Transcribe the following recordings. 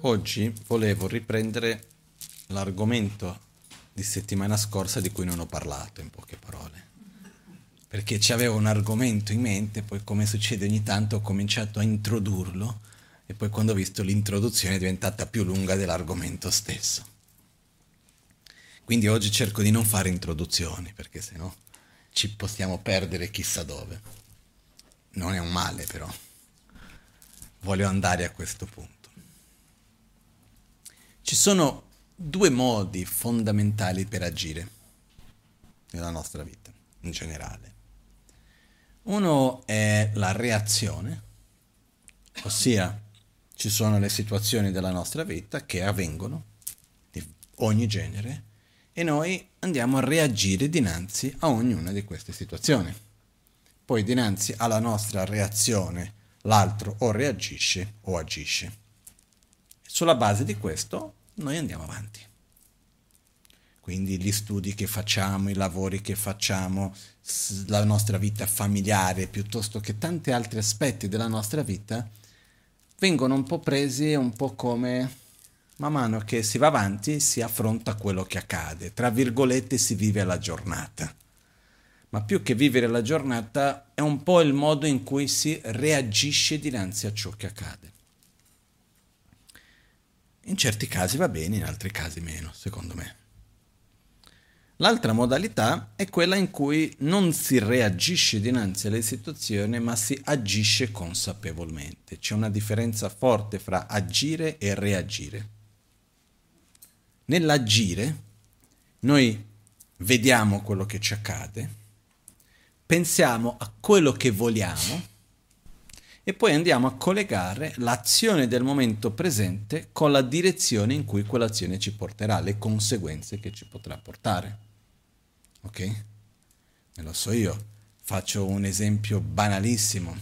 Oggi volevo riprendere l'argomento di settimana scorsa di cui non ho parlato, in poche parole, perché c'avevo un argomento in mente, poi come succede ogni tanto ho cominciato a introdurlo e poi quando ho visto l'introduzione è diventata più lunga dell'argomento stesso. Quindi oggi cerco di non fare introduzioni, perché sennò ci possiamo perdere chissà dove. Non è un male, però. Voglio andare a questo punto. Ci sono due modi fondamentali per agire nella nostra vita, in generale. Uno è la reazione, ossia ci sono le situazioni della nostra vita che avvengono, di ogni genere, e noi andiamo a reagire dinanzi a ognuna di queste situazioni. Poi dinanzi alla nostra reazione l'altro o reagisce o agisce. Sulla base di questo noi andiamo avanti. Quindi gli studi che facciamo, i lavori che facciamo, la nostra vita familiare, piuttosto che tanti altri aspetti della nostra vita, vengono un po' presi un po' come man mano che si va avanti si affronta quello che accade. Tra virgolette si vive la giornata. Ma più che vivere la giornata è un po' il modo in cui si reagisce dinanzi a ciò che accade. In certi casi va bene, in altri casi meno, secondo me. L'altra modalità è quella in cui non si reagisce dinanzi alle situazioni, ma si agisce consapevolmente. C'è una differenza forte fra agire e reagire. Nell'agire noi vediamo quello che ci accade, pensiamo a quello che vogliamo e poi andiamo a collegare l'azione del momento presente con la direzione in cui quell'azione ci porterà, le conseguenze che ci potrà portare. Ok? E lo so io, faccio un esempio banalissimo.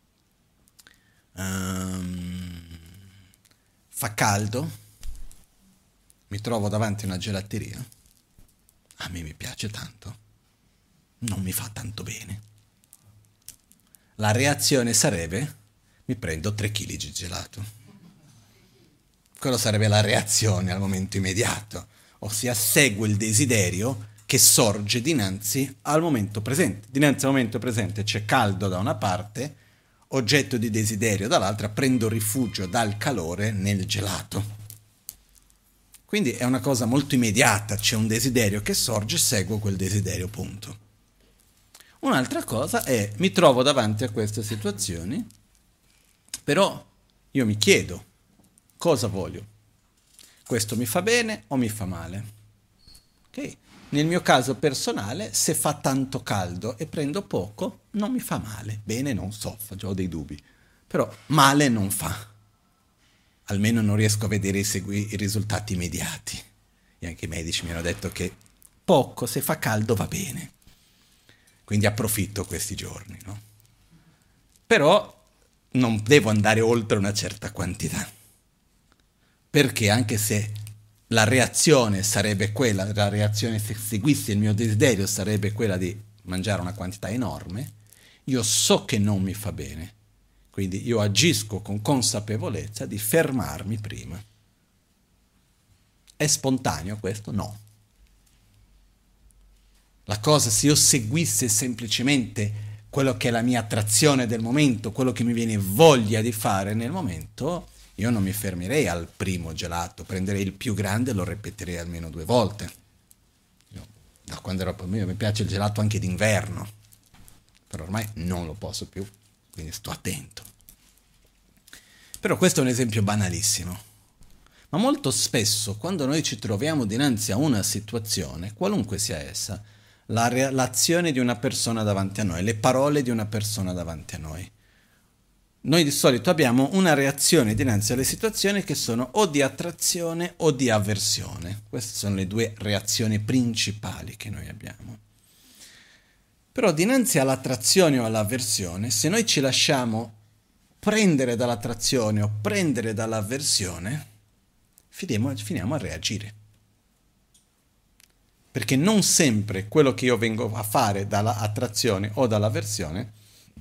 Fa caldo, mi trovo davanti a una gelateria, a me mi piace tanto, non mi fa tanto bene. La reazione sarebbe, mi prendo 3 kg di gelato. Quello sarebbe la reazione al momento immediato, ossia seguo il desiderio che sorge dinanzi al momento presente. Dinanzi al momento presente c'è caldo da una parte, oggetto di desiderio dall'altra, prendo rifugio dal calore nel gelato. Quindi è una cosa molto immediata, c'è un desiderio che sorge, seguo quel desiderio, punto. Un'altra cosa è, mi trovo davanti a queste situazioni, però io mi chiedo, cosa voglio? Questo mi fa bene o mi fa male? Ok? Nel mio caso personale, se fa tanto caldo e prendo poco, non mi fa male. Bene non so, ho dei dubbi. Però male non fa. Almeno non riesco a vedere i risultati immediati. E anche i medici mi hanno detto che poco, se fa caldo, va bene. Quindi approfitto questi giorni, no? Però non devo andare oltre una certa quantità. Perché anche se la reazione sarebbe quella, la reazione se seguissi il mio desiderio sarebbe quella di mangiare una quantità enorme, io so che non mi fa bene. Quindi io agisco con consapevolezza di fermarmi prima. È spontaneo questo? No. La cosa, se io seguisse semplicemente quello che è la mia attrazione del momento, quello che mi viene voglia di fare nel momento, io non mi fermerei al primo gelato, prenderei il più grande e lo ripeterei almeno 2 volte. Da quando ero bambino mi piace il gelato anche d'inverno, però ormai non lo posso più, quindi sto attento. Però questo è un esempio banalissimo. Ma molto spesso, quando noi ci troviamo dinanzi a una situazione, qualunque sia essa, l'azione di una persona davanti a noi, le parole di una persona davanti a noi. Noi di solito abbiamo una reazione dinanzi alle situazioni che sono o di attrazione o di avversione. Queste sono le 2 reazioni principali che noi abbiamo. Però dinanzi all'attrazione o all'avversione, se noi ci lasciamo prendere dall'attrazione o prendere dall'avversione, finiamo a reagire. Perché non sempre quello che io vengo a fare dall'attrazione o dall'avversione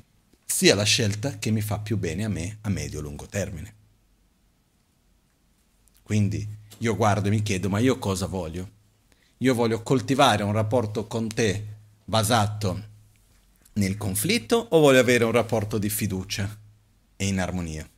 sia la scelta che mi fa più bene a me a medio-lungo termine. Quindi io guardo e mi chiedo, ma io cosa voglio? Io voglio coltivare un rapporto con te basato nel conflitto o voglio avere un rapporto di fiducia e in armonia?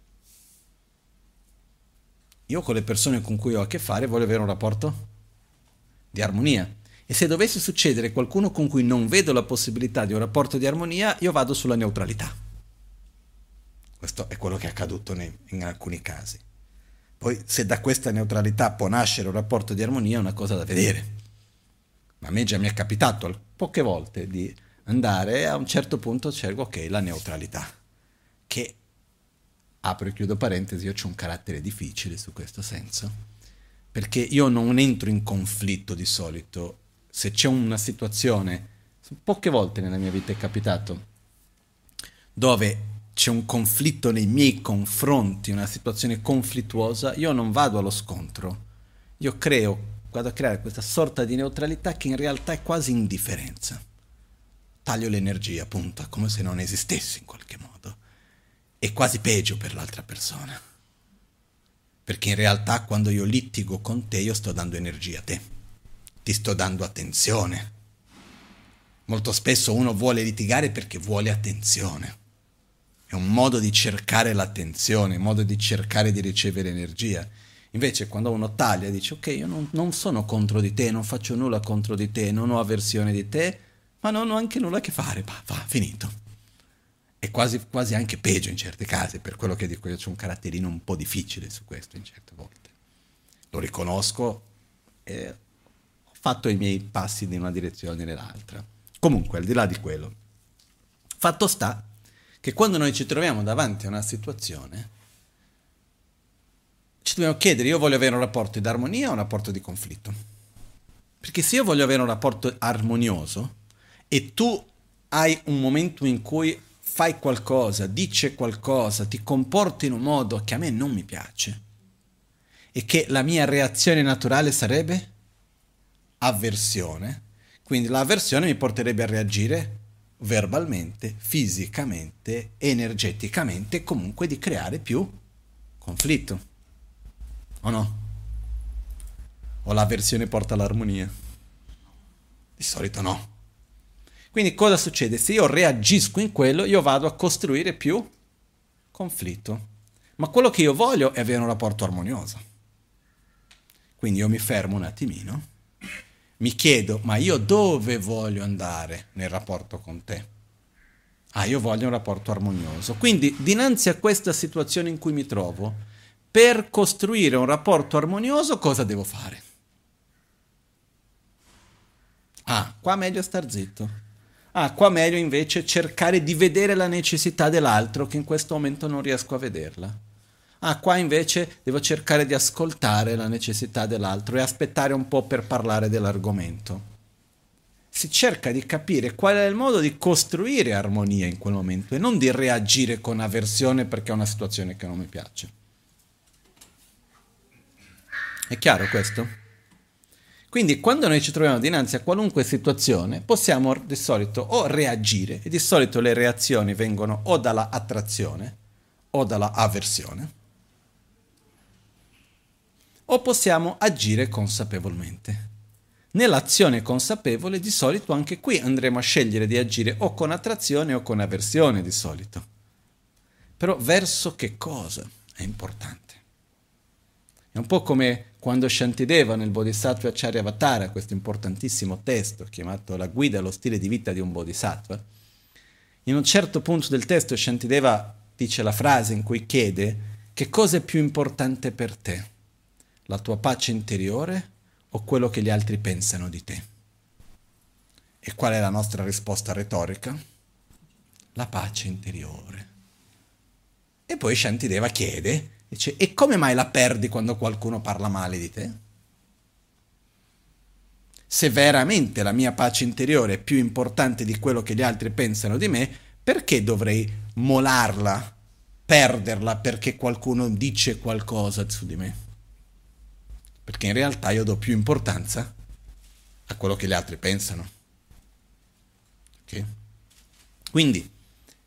Io con le persone con cui ho a che fare voglio avere un rapporto di armonia. E se dovesse succedere qualcuno con cui non vedo la possibilità di un rapporto di armonia, io vado sulla neutralità. Questo è quello che è accaduto in alcuni casi. Poi se da questa neutralità può nascere un rapporto di armonia è una cosa da vedere. Ma a me già mi è capitato poche volte di andare a un certo punto scelgo ok la neutralità, che apro e chiudo parentesi, io ho un carattere difficile su questo senso, perché io non entro in conflitto di solito. Se c'è una situazione, poche volte nella mia vita è capitato, dove c'è un conflitto nei miei confronti, una situazione conflittuosa, io non vado allo scontro, io vado a creare questa sorta di neutralità che in realtà è quasi indifferenza. Taglio l'energia, appunto, come se non esistesse in qualche modo. È quasi peggio per l'altra persona. Perché in realtà quando io litigo con te, io sto dando energia a te. Ti sto dando attenzione. Molto spesso uno vuole litigare perché vuole attenzione. È un modo di cercare l'attenzione, un modo di cercare di ricevere energia. Invece quando uno taglia dice ok, io non sono contro di te, non faccio nulla contro di te, non ho avversione di te, ma non ho anche nulla a che fare, va, finito. È quasi anche peggio in certi casi, per quello che dico io ho un caratterino un po' difficile su questo in certe volte. Lo riconosco e ho fatto i miei passi in una direzione o nell'altra. Comunque, al di là di quello, fatto sta che quando noi ci troviamo davanti a una situazione ci dobbiamo chiedere, io voglio avere un rapporto di armonia o un rapporto di conflitto? Perché se io voglio avere un rapporto armonioso e tu hai un momento in cui fai qualcosa, dici qualcosa, ti comporti in un modo che a me non mi piace e che la mia reazione naturale sarebbe avversione, quindi l'avversione mi porterebbe a reagire verbalmente, fisicamente, energeticamente, comunque di creare più conflitto. O no? O l'avversione porta all'armonia? Di solito no. Quindi cosa succede? Se io reagisco in quello, io vado a costruire più conflitto. Ma quello che io voglio è avere un rapporto armonioso. Quindi io mi fermo un attimino, mi chiedo, ma io dove voglio andare nel rapporto con te? Io voglio un rapporto armonioso. Quindi, dinanzi a questa situazione in cui mi trovo, per costruire un rapporto armonioso, cosa devo fare? Qua meglio star zitto. Qua meglio invece cercare di vedere la necessità dell'altro, che in questo momento non riesco a vederla. Qua invece devo cercare di ascoltare la necessità dell'altro e aspettare un po' per parlare dell'argomento. Si cerca di capire qual è il modo di costruire armonia in quel momento e non di reagire con avversione perché è una situazione che non mi piace. È chiaro questo? Quindi quando noi ci troviamo dinanzi a qualunque situazione possiamo di solito o reagire, e di solito le reazioni vengono o dalla attrazione o dalla avversione, o possiamo agire consapevolmente. Nell'azione consapevole di solito anche qui andremo a scegliere di agire o con attrazione o con avversione di solito. Però verso che cosa è importante? È un po' come quando Shantideva nel Bodhisattva Charyavatara, questo importantissimo testo chiamato La guida allo stile di vita di un Bodhisattva, in un certo punto del testo Shantideva dice la frase in cui chiede che cosa è più importante per te, la tua pace interiore o quello che gli altri pensano di te? E qual è la nostra risposta retorica? La pace interiore. E poi Shantideva chiede, dice, e come mai la perdi quando qualcuno parla male di te? Se veramente la mia pace interiore è più importante di quello che gli altri pensano di me, perché dovrei molarla, perderla perché qualcuno dice qualcosa su di me? Perché in realtà io do più importanza a quello che gli altri pensano. Ok? Quindi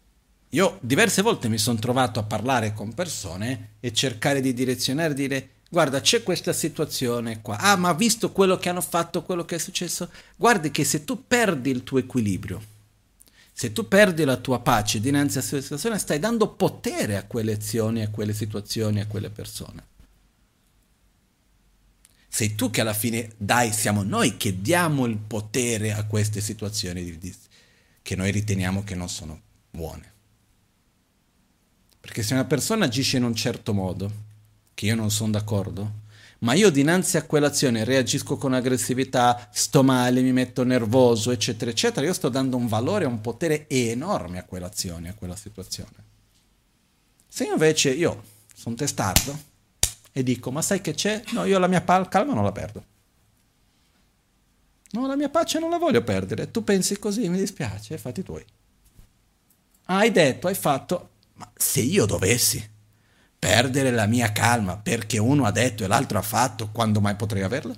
io diverse volte mi sono trovato a parlare con persone e cercare di direzionare, dire guarda, c'è questa situazione qua. Ah, ma visto quello che hanno fatto, quello che è successo, guardi che se tu perdi il tuo equilibrio, se tu perdi la tua pace dinanzi a questa situazione, stai dando potere a quelle azioni, a quelle situazioni, a quelle persone. Sei tu che alla fine dai, siamo noi che diamo il potere a queste situazioni che noi riteniamo che non sono buone. Perché se una persona agisce in un certo modo, che io non sono d'accordo, ma io dinanzi a quell'azione reagisco con aggressività, sto male, mi metto nervoso, eccetera, eccetera, io sto dando un valore, un potere enorme a quell'azione, a quella situazione. Se invece io sono testardo e dico, ma sai che c'è? No, io la mia calma non la perdo. No, la mia pace non la voglio perdere. Tu pensi così, mi dispiace, fatti tuoi. Hai detto, hai fatto, ma se io dovessi perdere la mia calma perché uno ha detto e l'altro ha fatto, quando mai potrei averla?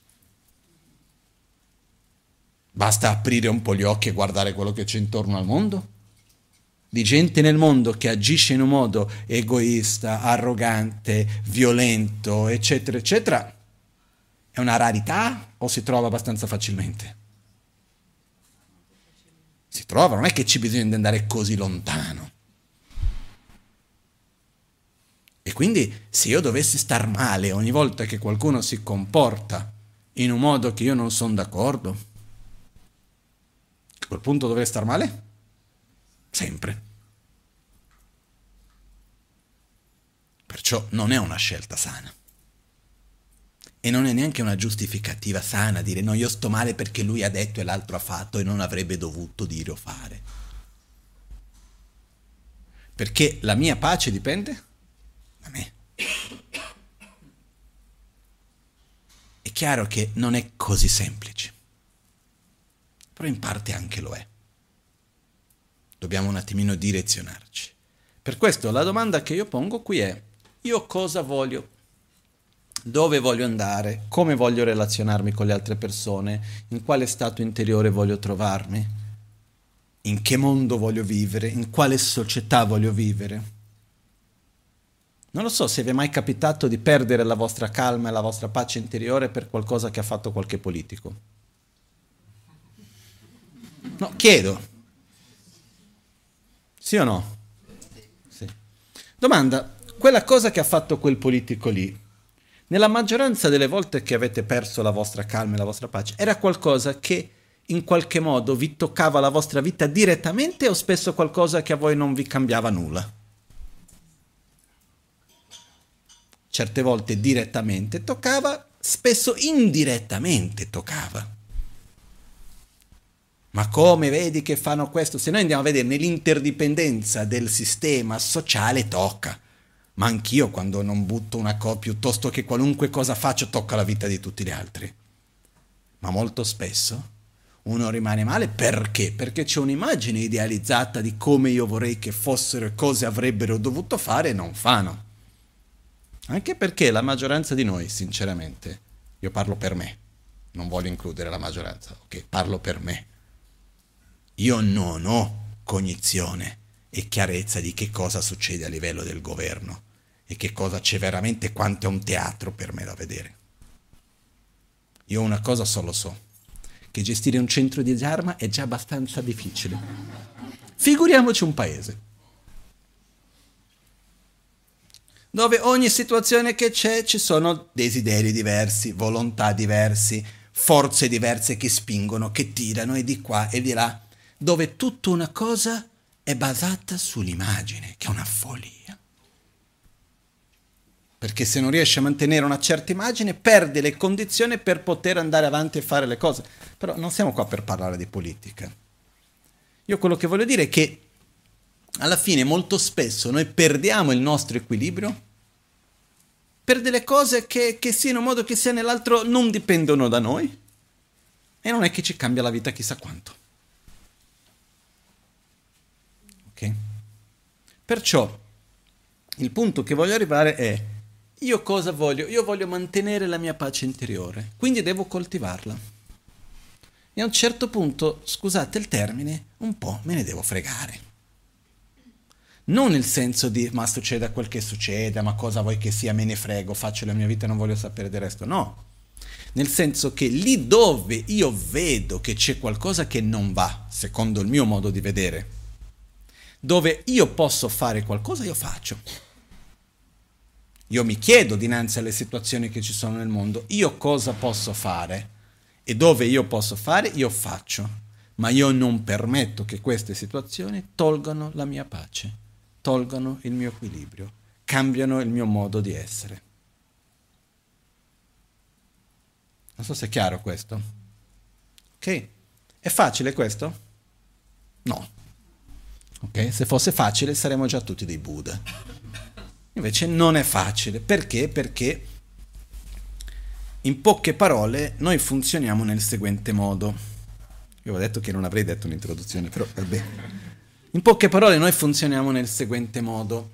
Basta aprire un po' gli occhi e guardare quello che c'è intorno al mondo. Di gente nel mondo che agisce in un modo egoista, arrogante, violento, eccetera, eccetera. È una rarità o si trova abbastanza facilmente? Si trova, non è che ci bisogna andare così lontano. E quindi se io dovessi star male ogni volta che qualcuno si comporta in un modo che io non sono d'accordo, a quel punto dovrei star male? Sempre. Perciò non è una scelta sana. E non è neanche una giustificativa sana dire no, io sto male perché lui ha detto e l'altro ha fatto e non avrebbe dovuto dire o fare. Perché la mia pace dipende da me. È chiaro che non è così semplice, però in parte anche lo è. Dobbiamo un attimino direzionarci. Per questo la domanda che io pongo qui è: io cosa voglio? Dove voglio andare? Come voglio relazionarmi con le altre persone? In quale stato interiore voglio trovarmi? In che mondo voglio vivere? In quale società voglio vivere? Non lo so se vi è mai capitato di perdere la vostra calma e la vostra pace interiore per qualcosa che ha fatto qualche politico. No, chiedo. Sì o no? Sì. Domanda, quella cosa che ha fatto quel politico lì, nella maggioranza delle volte che avete perso la vostra calma e la vostra pace, era qualcosa che in qualche modo vi toccava la vostra vita direttamente o spesso qualcosa che a voi non vi cambiava nulla? Certe volte direttamente toccava, spesso indirettamente toccava. Ma come vedi che fanno questo? Se noi andiamo a vedere nell'interdipendenza del sistema sociale tocca. Ma anch'io quando non butto una cosa, piuttosto che qualunque cosa faccio, tocca la vita di tutti gli altri. Ma molto spesso uno rimane male perché? Perché c'è un'immagine idealizzata di come io vorrei che fossero e cose avrebbero dovuto fare e non fanno. Anche perché la maggioranza di noi, sinceramente, io parlo per me, non voglio includere la maggioranza, ok? Parlo per me. Io non ho cognizione e chiarezza di che cosa succede a livello del governo e che cosa c'è veramente, quanto è un teatro per me da vedere. Io una cosa solo so, che gestire un centro di disarma è già abbastanza difficile. Figuriamoci un paese dove ogni situazione che c'è ci sono desideri diversi, volontà diversi, forze diverse che spingono, che tirano e di qua e di là, dove tutta una cosa è basata sull'immagine, che è una follia. Perché se non riesce a mantenere una certa immagine, perde le condizioni per poter andare avanti e fare le cose. Però non siamo qua per parlare di politica. Io quello che voglio dire è che alla fine molto spesso noi perdiamo il nostro equilibrio per delle cose che sia in un modo che sia nell'altro non dipendono da noi e non è che ci cambia la vita chissà quanto. Ok? Perciò il punto che voglio arrivare è: io cosa voglio? Io voglio mantenere la mia pace interiore, quindi devo coltivarla. E a un certo punto, scusate il termine, un po' me ne devo fregare. Non nel senso di ma succeda quel che succeda, ma cosa vuoi che sia, me ne frego, faccio la mia vita e non voglio sapere del resto. No, nel senso che lì dove io vedo che c'è qualcosa che non va, secondo il mio modo di vedere, dove io posso fare qualcosa, io faccio. Io mi chiedo dinanzi alle situazioni che ci sono nel mondo, io cosa posso fare? E dove io posso fare, io faccio. Ma io non permetto che queste situazioni tolgano la mia pace, tolgano il mio equilibrio, cambiano il mio modo di essere. Non so se è chiaro questo. Ok? È facile questo? No. Ok? Se fosse facile saremmo già tutti dei Buddha. Invece non è facile. Perché? Perché in poche parole noi funzioniamo nel seguente modo. Io ho detto che non avrei detto un'introduzione, però vabbè. In poche parole noi funzioniamo nel seguente modo.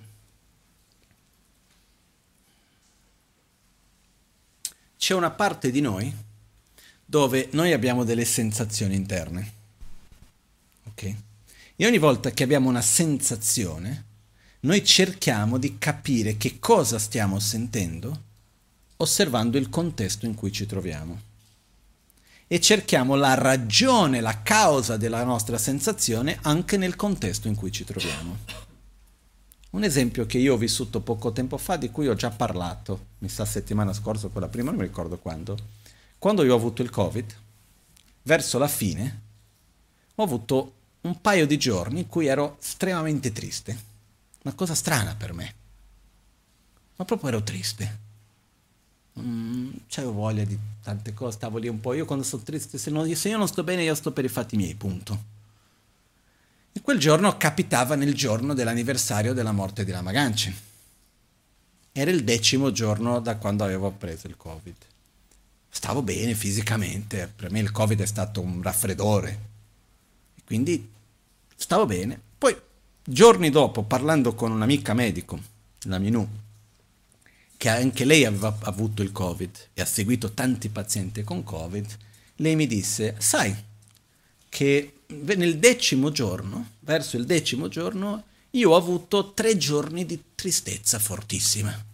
C'è una parte di noi dove noi abbiamo delle sensazioni interne. Ok? E ogni volta che abbiamo una sensazione, noi cerchiamo di capire che cosa stiamo sentendo osservando il contesto in cui ci troviamo. E cerchiamo la ragione, la causa della nostra sensazione anche nel contesto in cui ci troviamo. Un esempio che io ho vissuto poco tempo fa, di cui ho già parlato, mi sa settimana scorsa o quella prima, non mi ricordo quando. Quando io ho avuto il Covid, verso la fine, ho avuto un paio di giorni in cui ero estremamente triste. Una cosa strana per me. Ma proprio ero triste. C'avevo voglia di tante cose, stavo lì un po'. Io quando sono triste, se io non sto bene, io sto per i fatti miei, punto. E quel giorno capitava nel giorno dell'anniversario della morte di Lama Ganchen. Era il 10° giorno da quando avevo preso il Covid. Stavo bene fisicamente, per me il Covid è stato un raffreddore. Quindi stavo bene. Poi, giorni dopo, parlando con un'amica medico, la Minù, che anche lei aveva avuto il Covid e ha seguito tanti pazienti con Covid, lei mi disse, sai, che nel 10° giorno, verso il 10° giorno, io ho avuto 3 giorni di tristezza fortissima.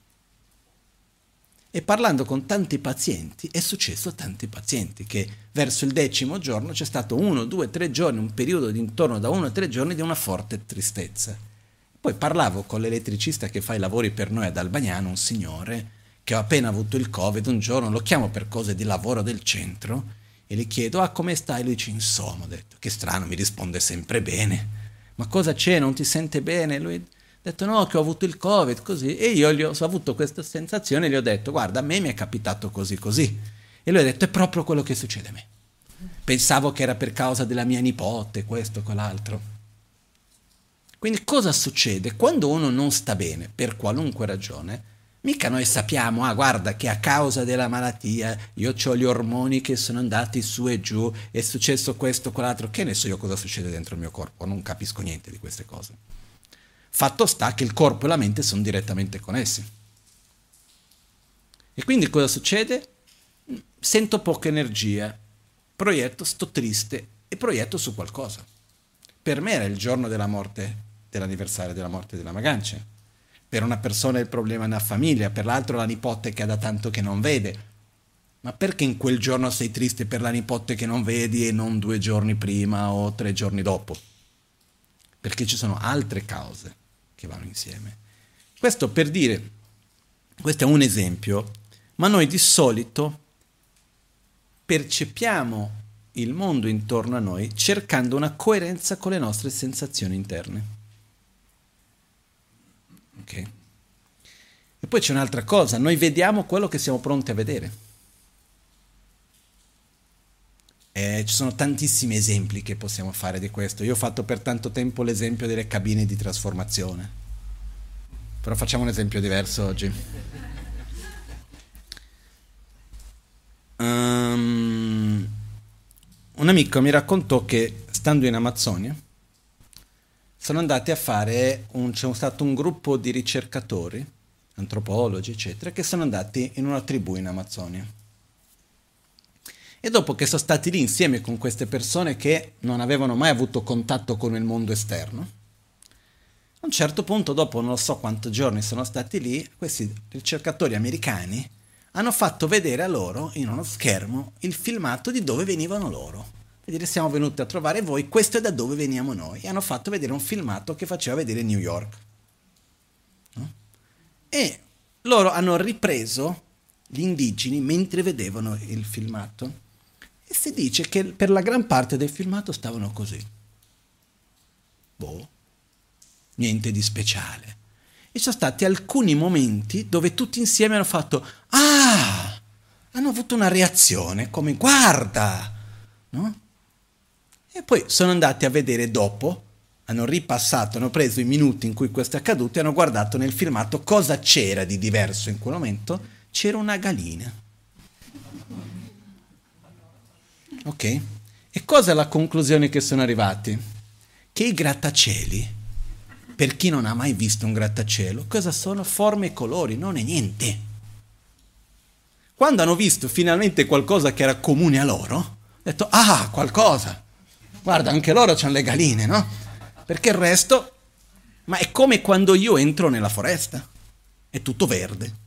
E parlando con tanti pazienti, è successo a tanti pazienti che verso il 10° giorno c'è stato 1, 2, 3 giorni, un periodo di intorno da 1 a 3 giorni di una forte tristezza. Poi parlavo con l'elettricista che fa i lavori per noi ad Albagnano, un signore che ha appena avuto il Covid, un giorno lo chiamo per cose di lavoro del centro e gli chiedo, come stai? Lui dice, insomma, ho detto, che strano, mi risponde sempre bene. Ma cosa c'è? Non ti sente bene? Lui ha detto no, che ho avuto il Covid, così. E io ho avuto questa sensazione e gli ho detto, guarda, a me mi è capitato così, così. E lui ha detto, è proprio quello che succede a me. Pensavo che era per causa della mia nipote, questo, quell'altro. Quindi cosa succede? Quando uno non sta bene, per qualunque ragione, mica noi sappiamo, guarda che a causa della malattia io ho gli ormoni che sono andati su e giù, è successo questo, quell'altro, che ne so io cosa succede dentro il mio corpo, non capisco niente di queste cose. Fatto sta che il corpo e la mente sono direttamente connessi. E quindi cosa succede? Sento poca energia, proietto, sto triste e proietto su qualcosa. Per me era il giorno della morte, dell'anniversario della morte della Ganchen. Per una persona è il problema nella famiglia, per l'altro la nipote che ha da tanto che non vede. Ma perché in quel giorno sei triste per la nipote che non vedi e non 2 giorni prima o 3 giorni dopo? Perché ci sono altre cause che vanno insieme. Questo per dire, questo è un esempio, ma noi di solito percepiamo il mondo intorno a noi cercando una coerenza con le nostre sensazioni interne. Ok? E poi c'è un'altra cosa, noi vediamo quello che siamo pronti a vedere. Ci sono tantissimi esempi che possiamo fare di questo. Io ho fatto per tanto tempo l'esempio delle cabine di trasformazione. Però facciamo un esempio diverso oggi. Un amico mi raccontò che stando in Amazzonia sono andati a fare c'è stato un gruppo di ricercatori, antropologi eccetera, che sono andati in una tribù in Amazzonia. E dopo che sono stati lì insieme con queste persone che non avevano mai avuto contatto con il mondo esterno, A un certo punto, dopo non so quanti giorni sono stati lì, questi ricercatori americani hanno fatto vedere a loro, in uno schermo, il filmato di dove venivano loro. Per dire, siamo venuti a trovare voi, questo è da dove veniamo noi. E hanno fatto vedere un filmato che faceva vedere New York. No? E loro hanno ripreso gli indigeni mentre vedevano il filmato. E si dice che per la gran parte del filmato stavano così. Boh. Niente di speciale. E ci sono stati alcuni momenti dove tutti insieme hanno fatto ah! Hanno avuto una reazione come guarda! No? E poi sono andati a vedere dopo, hanno ripassato, hanno preso i minuti in cui questo è accaduto e hanno guardato nel filmato cosa c'era di diverso in quel momento. C'era una gallina. Ok? E cosa è la conclusione che sono arrivati? Che i grattacieli, per chi non ha mai visto un grattacielo, cosa sono? Forme e colori, non è niente. Quando hanno visto finalmente qualcosa che era comune a loro, hanno detto, ah, qualcosa. Guarda, anche loro c'hanno le galline, no? Perché il resto, ma è come quando io entro nella foresta, è tutto verde.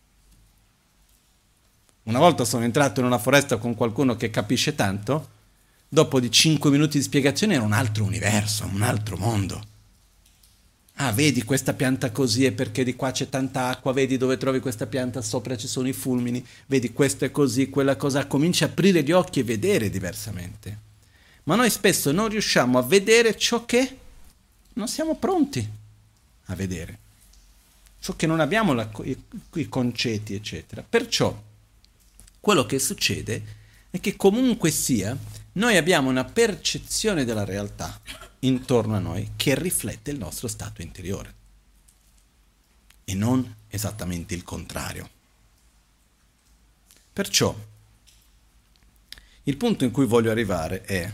Una volta sono entrato in una foresta con qualcuno che capisce tanto, dopo di 5 minuti di spiegazione era un altro universo, un altro mondo. Ah, vedi questa pianta così è perché di qua c'è tanta acqua, vedi dove trovi questa pianta, sopra ci sono i fulmini, vedi questo è così, quella cosa, cominci a aprire gli occhi e vedere diversamente. Ma noi spesso non riusciamo a vedere ciò che non siamo pronti a vedere, ciò che non abbiamo i concetti, eccetera. Perciò quello che succede è che comunque sia, noi abbiamo una percezione della realtà intorno a noi che riflette il nostro stato interiore e non esattamente il contrario. Perciò il punto in cui voglio arrivare è: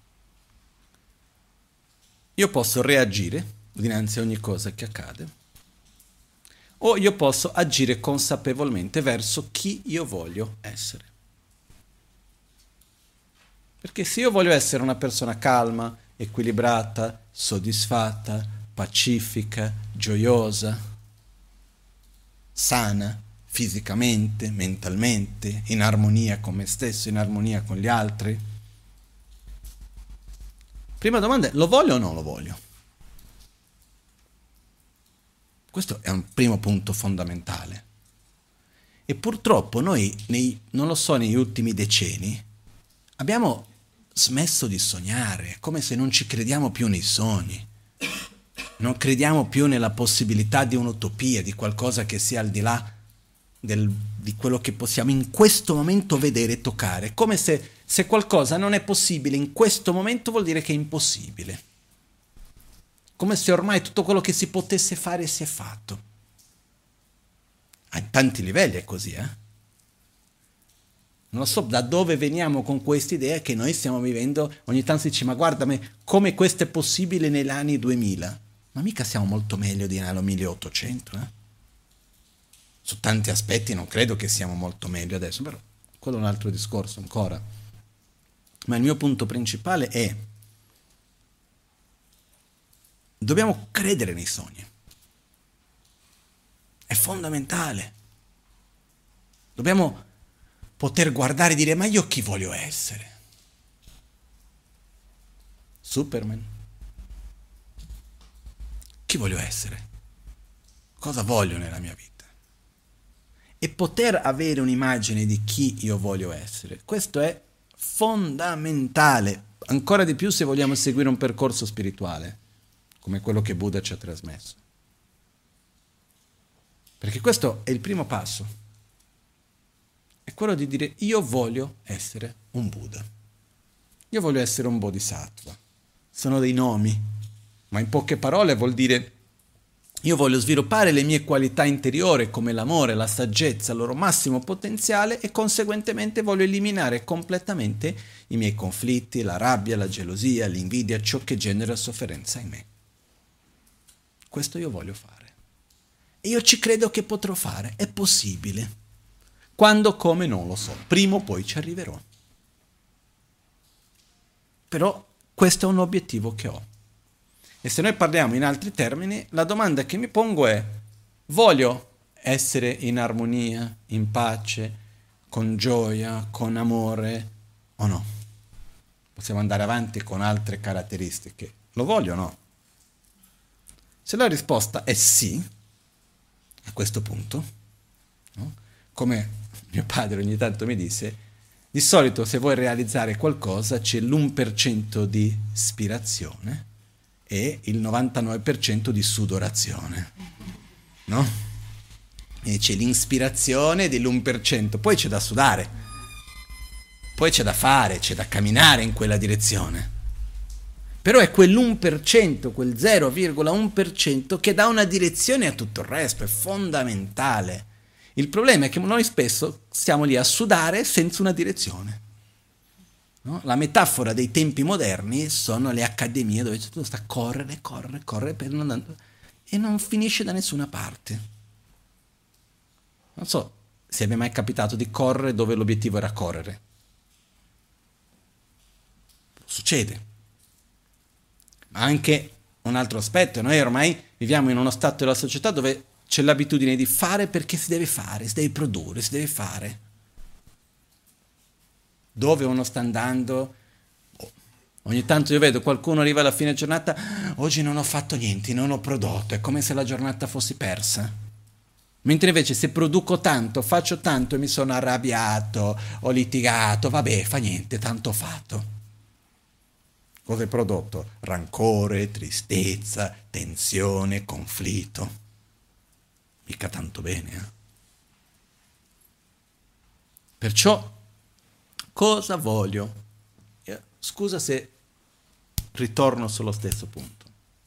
io posso reagire dinanzi a ogni cosa che accade, o io posso agire consapevolmente verso chi io voglio essere. Perché se io voglio essere una persona calma, equilibrata, soddisfatta, pacifica, gioiosa, sana, fisicamente, mentalmente, in armonia con me stesso, in armonia con gli altri, prima domanda è: lo voglio o non lo voglio? Questo è un primo punto fondamentale. E purtroppo noi, non lo so, negli ultimi decenni, abbiamo smesso di sognare, come se non ci crediamo più nei sogni. Non crediamo più nella possibilità di un'utopia, di qualcosa che sia al di là di quello che possiamo in questo momento vedere e toccare. Come se qualcosa non è possibile in questo momento vuol dire che è impossibile. Come se ormai tutto quello che si potesse fare si è fatto. A tanti livelli è così, Non so da dove veniamo con questa idea che noi stiamo vivendo. Ogni tanto si dice, ma guarda come questo è possibile negli anni 2000. Ma mica siamo molto meglio di nel 1800, Su tanti aspetti non credo che siamo molto meglio adesso, però quello è un altro discorso ancora. Ma il mio punto principale è: dobbiamo credere nei sogni. È fondamentale. Dobbiamo poter guardare e dire: ma io chi voglio essere? Superman? Chi voglio essere? Cosa voglio nella mia vita? E poter avere un'immagine di chi io voglio essere. Questo è fondamentale, ancora di più se vogliamo seguire un percorso spirituale, come quello che Buddha ci ha trasmesso. Perché questo è il primo passo. È quello di dire: io voglio essere un Buddha. Io voglio essere un Bodhisattva. Sono dei nomi, ma in poche parole vuol dire: io voglio sviluppare le mie qualità interiori come l'amore, la saggezza, il loro massimo potenziale, e conseguentemente voglio eliminare completamente i miei conflitti, la rabbia, la gelosia, l'invidia, ciò che genera sofferenza in me. Questo io voglio fare. E io ci credo che potrò fare, è possibile. Quando, come, non lo so. Prima o poi ci arriverò. Però questo è un obiettivo che ho. E se noi parliamo in altri termini, la domanda che mi pongo è: voglio essere in armonia, in pace, con gioia, con amore o no? Possiamo andare avanti con altre caratteristiche. Lo voglio o no? Se la risposta è sì, a questo punto, no? Come mio padre ogni tanto mi disse, di solito se vuoi realizzare qualcosa c'è l'1% di ispirazione e il 99% di sudorazione, no? E c'è l'inspirazione dell'1%, poi c'è da sudare, poi c'è da fare, c'è da camminare in quella direzione. Però è quell'1%, quel 0,1% che dà una direzione a tutto il resto, è fondamentale. Il problema è che noi spesso stiamo lì a sudare senza una direzione. No? La metafora dei tempi moderni sono le accademie dove tutto sta a correre e non finisce da nessuna parte. Non so se vi è mai capitato di correre dove l'obiettivo era correre. Succede. Ma anche un altro aspetto, noi ormai viviamo in uno stato della società dove c'è l'abitudine di fare perché si deve fare, si deve produrre, si deve fare. Dove uno sta andando? Ogni tanto io vedo qualcuno arriva alla fine giornata, oggi non ho fatto niente, non ho prodotto, è come se la giornata fosse persa. Mentre invece se produco tanto, faccio tanto e mi sono arrabbiato, ho litigato, vabbè, fa niente, tanto ho fatto. Cosa hai prodotto? Rancore, tristezza, tensione, conflitto. Mica tanto bene, eh? Perciò, cosa voglio? Scusa se ritorno sullo stesso punto.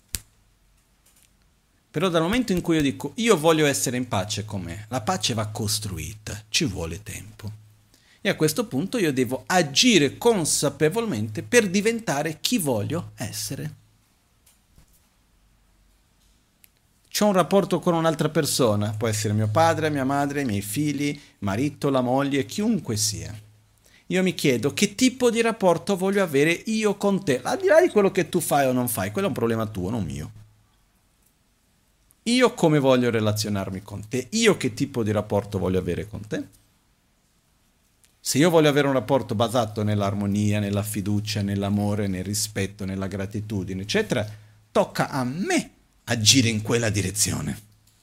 Però dal momento in cui io dico io voglio essere in pace con me, la pace va costruita, ci vuole tempo. E a questo punto io devo agire consapevolmente per diventare chi voglio essere. C'ho un rapporto con un'altra persona, può essere mio padre, mia madre, i miei figli, marito, la moglie, chiunque sia. Io mi chiedo che tipo di rapporto voglio avere io con te, al di là di quello che tu fai o non fai, quello è un problema tuo, non mio. Io come voglio relazionarmi con te, io che tipo di rapporto voglio avere con te. Se io voglio avere un rapporto basato nell'armonia, nella fiducia, nell'amore, nel rispetto, nella gratitudine, eccetera, tocca a me agire in quella direzione.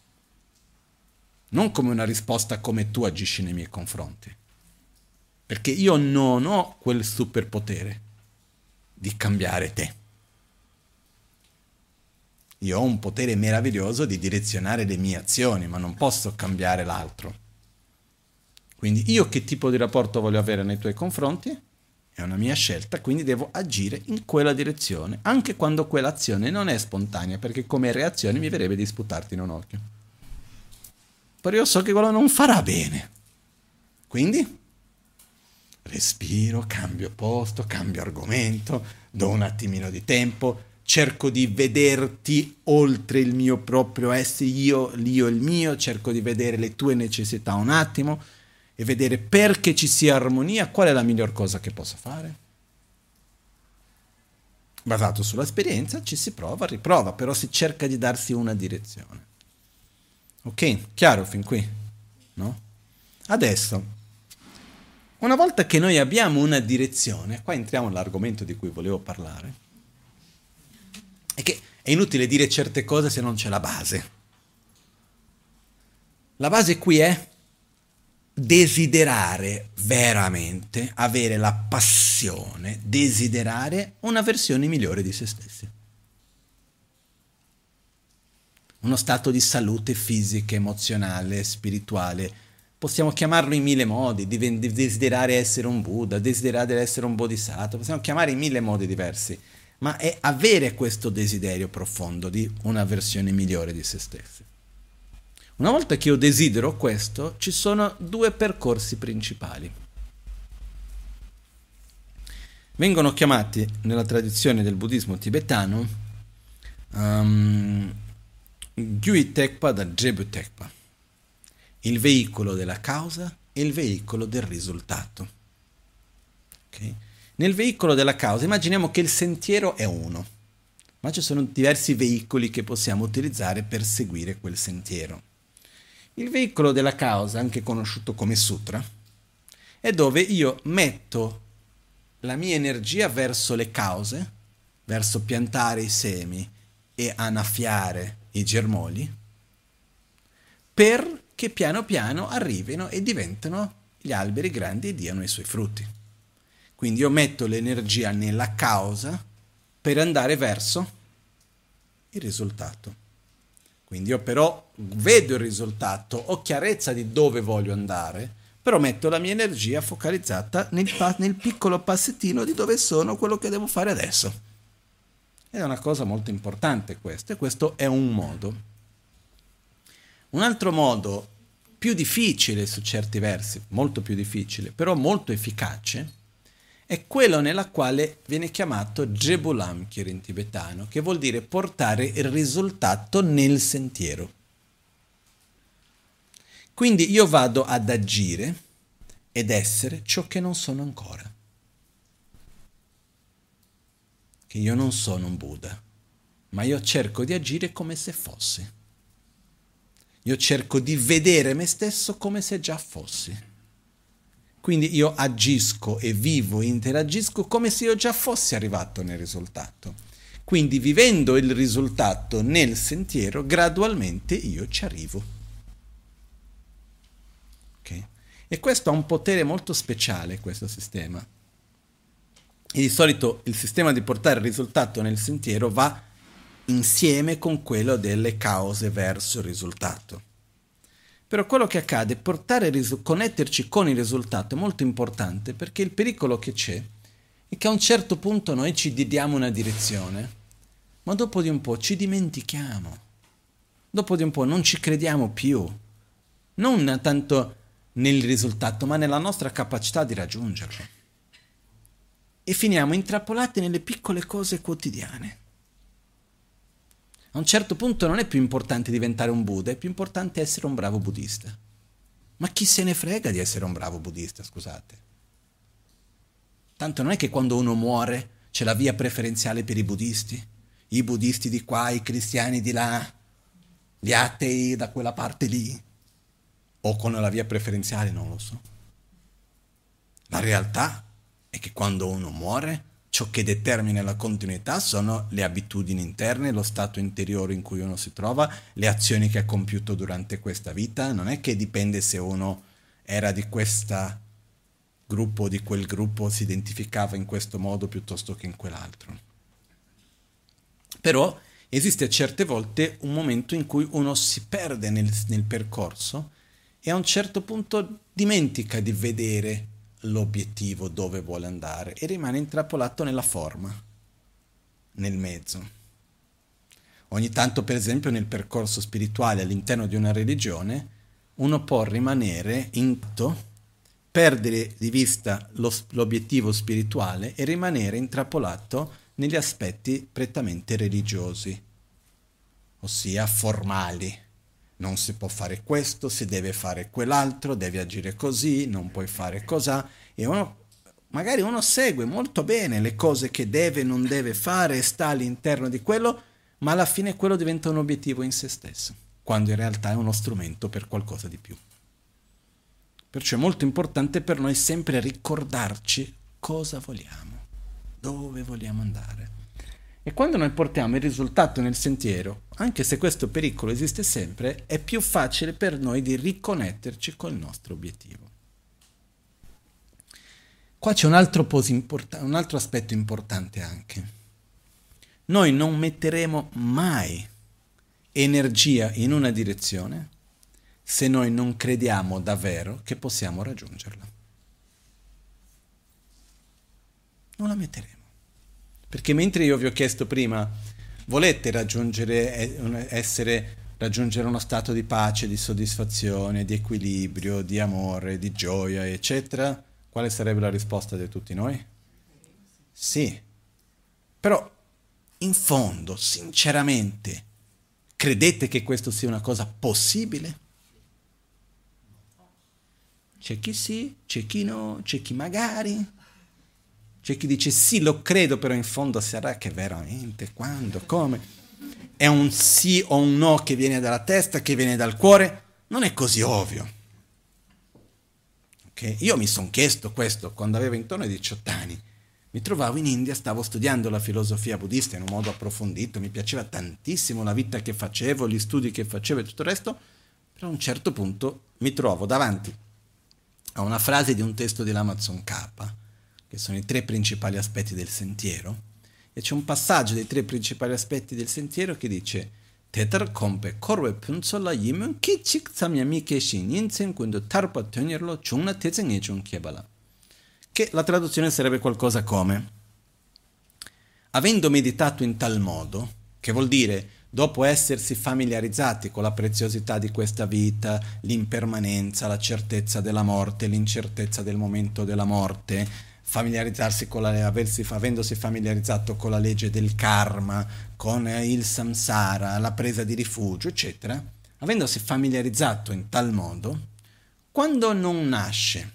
Non come una risposta come tu agisci nei miei confronti. Perché io non ho quel superpotere di cambiare te. Io ho un potere meraviglioso di direzionare le mie azioni, ma non posso cambiare l'altro. Quindi io che tipo di rapporto voglio avere nei tuoi confronti? È una mia scelta, quindi devo agire in quella direzione, anche quando quell'azione non è spontanea, perché come reazione mi verrebbe di sputarti in un occhio. Però io so che quello non farà bene. Quindi respiro, cambio posto, cambio argomento, do un attimino di tempo, cerco di vederti oltre il mio proprio essere, io il mio, cerco di vedere le tue necessità un attimo e vedere perché ci sia armonia, qual è la miglior cosa che posso fare. Basato sull'esperienza ci si prova, riprova, però si cerca di darsi una direzione. Ok? Chiaro fin qui? No? Adesso, una volta che noi abbiamo una direzione, qua entriamo nell'argomento di cui volevo parlare, è che è inutile dire certe cose se non c'è la base. La base qui è desiderare veramente, avere la passione, desiderare una versione migliore di se stessi. Uno stato di salute fisica, emozionale, spirituale. Possiamo chiamarlo in mille modi, desiderare essere un Buddha, desiderare essere un Bodhisattva, possiamo chiamare in mille modi diversi, ma è avere questo desiderio profondo di una versione migliore di se stessi. Una volta che io desidero questo, ci sono due percorsi principali. Vengono chiamati nella tradizione del buddismo tibetano Gyui Tekpa da Jebu Tekpa, il veicolo della causa e il veicolo del risultato. Okay? Nel veicolo della causa immaginiamo che il sentiero è uno, ma ci sono diversi veicoli che possiamo utilizzare per seguire quel sentiero. Il veicolo della causa, anche conosciuto come sutra, è dove io metto la mia energia verso le cause, verso piantare i semi e annaffiare i germogli, perché piano piano arrivino e diventano gli alberi grandi e diano i suoi frutti. Quindi io metto l'energia nella causa per andare verso il risultato. Quindi io però vedo il risultato, ho chiarezza di dove voglio andare, però metto la mia energia focalizzata nel piccolo passettino di dove sono, quello che devo fare adesso. Ed è una cosa molto importante questo, e questo è un modo. Un altro modo, più difficile su certi versi, molto più difficile, però molto efficace, è quello nella quale viene chiamato Jebulamkir in tibetano, che vuol dire portare il risultato nel sentiero. Quindi io vado ad agire ed essere ciò che non sono ancora. Che io non sono un Buddha, ma io cerco di agire come se fossi. Io cerco di vedere me stesso come se già fossi. Quindi io agisco e vivo e interagisco come se io già fossi arrivato nel risultato. Quindi vivendo il risultato nel sentiero, gradualmente io ci arrivo. Okay? E questo ha un potere molto speciale, questo sistema. E di solito il sistema di portare il risultato nel sentiero va insieme con quello delle cause verso il risultato. Però quello che accade, connetterci con il risultato è molto importante, perché il pericolo che c'è è che a un certo punto noi ci diamo una direzione, ma dopo di un po' ci dimentichiamo, dopo di un po' non ci crediamo più, non tanto nel risultato, ma nella nostra capacità di raggiungerlo. E finiamo intrappolati nelle piccole cose quotidiane. A un certo punto non è più importante diventare un Buddha, è più importante essere un bravo buddista. Ma chi se ne frega di essere un bravo buddista, scusate? Tanto non è che quando uno muore c'è la via preferenziale per i buddisti di qua, i cristiani di là, gli atei da quella parte lì, o con la via preferenziale, non lo so. La realtà è che quando uno muore, ciò che determina la continuità sono le abitudini interne, lo stato interiore in cui uno si trova, le azioni che ha compiuto durante questa vita. Non è che dipende se uno era di questo gruppo o di quel gruppo, si identificava in questo modo piuttosto che in quell'altro. Però esiste certe volte un momento in cui uno si perde nel percorso e a un certo punto dimentica di vedere l'obiettivo, dove vuole andare, e rimane intrappolato nella forma, nel mezzo. Ogni tanto, per esempio, nel percorso spirituale all'interno di una religione, uno può rimanere perdere di vista l'obiettivo spirituale e rimanere intrappolato negli aspetti prettamente religiosi, ossia formali. Non si può fare questo, si deve fare quell'altro, devi agire così, non puoi fare cos'ha. E magari uno segue molto bene le cose che deve e non deve fare, sta all'interno di quello, ma alla fine quello diventa un obiettivo in se stesso, quando in realtà è uno strumento per qualcosa di più. Perciò è molto importante per noi sempre ricordarci cosa vogliamo, dove vogliamo andare. E quando noi portiamo il risultato nel sentiero, anche se questo pericolo esiste sempre, è più facile per noi di riconnetterci col nostro obiettivo. Qua c'è un altro aspetto importante anche. Noi non metteremo mai energia in una direzione se noi non crediamo davvero che possiamo raggiungerla. Non la metteremo. Perché mentre io vi ho chiesto prima, volete raggiungere uno stato di pace, di soddisfazione, di equilibrio, di amore, di gioia, eccetera? Quale sarebbe la risposta di tutti noi? Sì. Però, in fondo, sinceramente, credete che questo sia una cosa possibile? C'è chi sì, c'è chi no, c'è chi magari, C'è chi dice sì, lo credo, però in fondo sarà che veramente, quando, come? È un sì o un no che viene dalla testa, che viene dal cuore? Non è così ovvio. Okay? Io mi sono chiesto questo quando avevo intorno ai 18 anni. Mi trovavo in India, stavo studiando la filosofia buddista in un modo approfondito, mi piaceva tantissimo la vita che facevo, gli studi che facevo e tutto il resto, però a un certo punto mi trovo davanti a una frase di un testo di Lamazon K, che sono i 3 principali aspetti del sentiero, e c'è un passaggio dei 3 principali aspetti del sentiero che dice Tetar kompe korwe punzola yimun kichik samyami keshin yinsen quando tarpa tenerlo chungna tezenge chung kiebala. Che la traduzione sarebbe qualcosa come avendo meditato in tal modo, che vuol dire dopo essersi familiarizzati con la preziosità di questa vita, l'impermanenza, la certezza della morte, l'incertezza del momento della morte, familiarizzarsi con avendosi familiarizzato con la legge del karma, con il samsara, la presa di rifugio, eccetera, avendosi familiarizzato in tal modo, quando non nasce,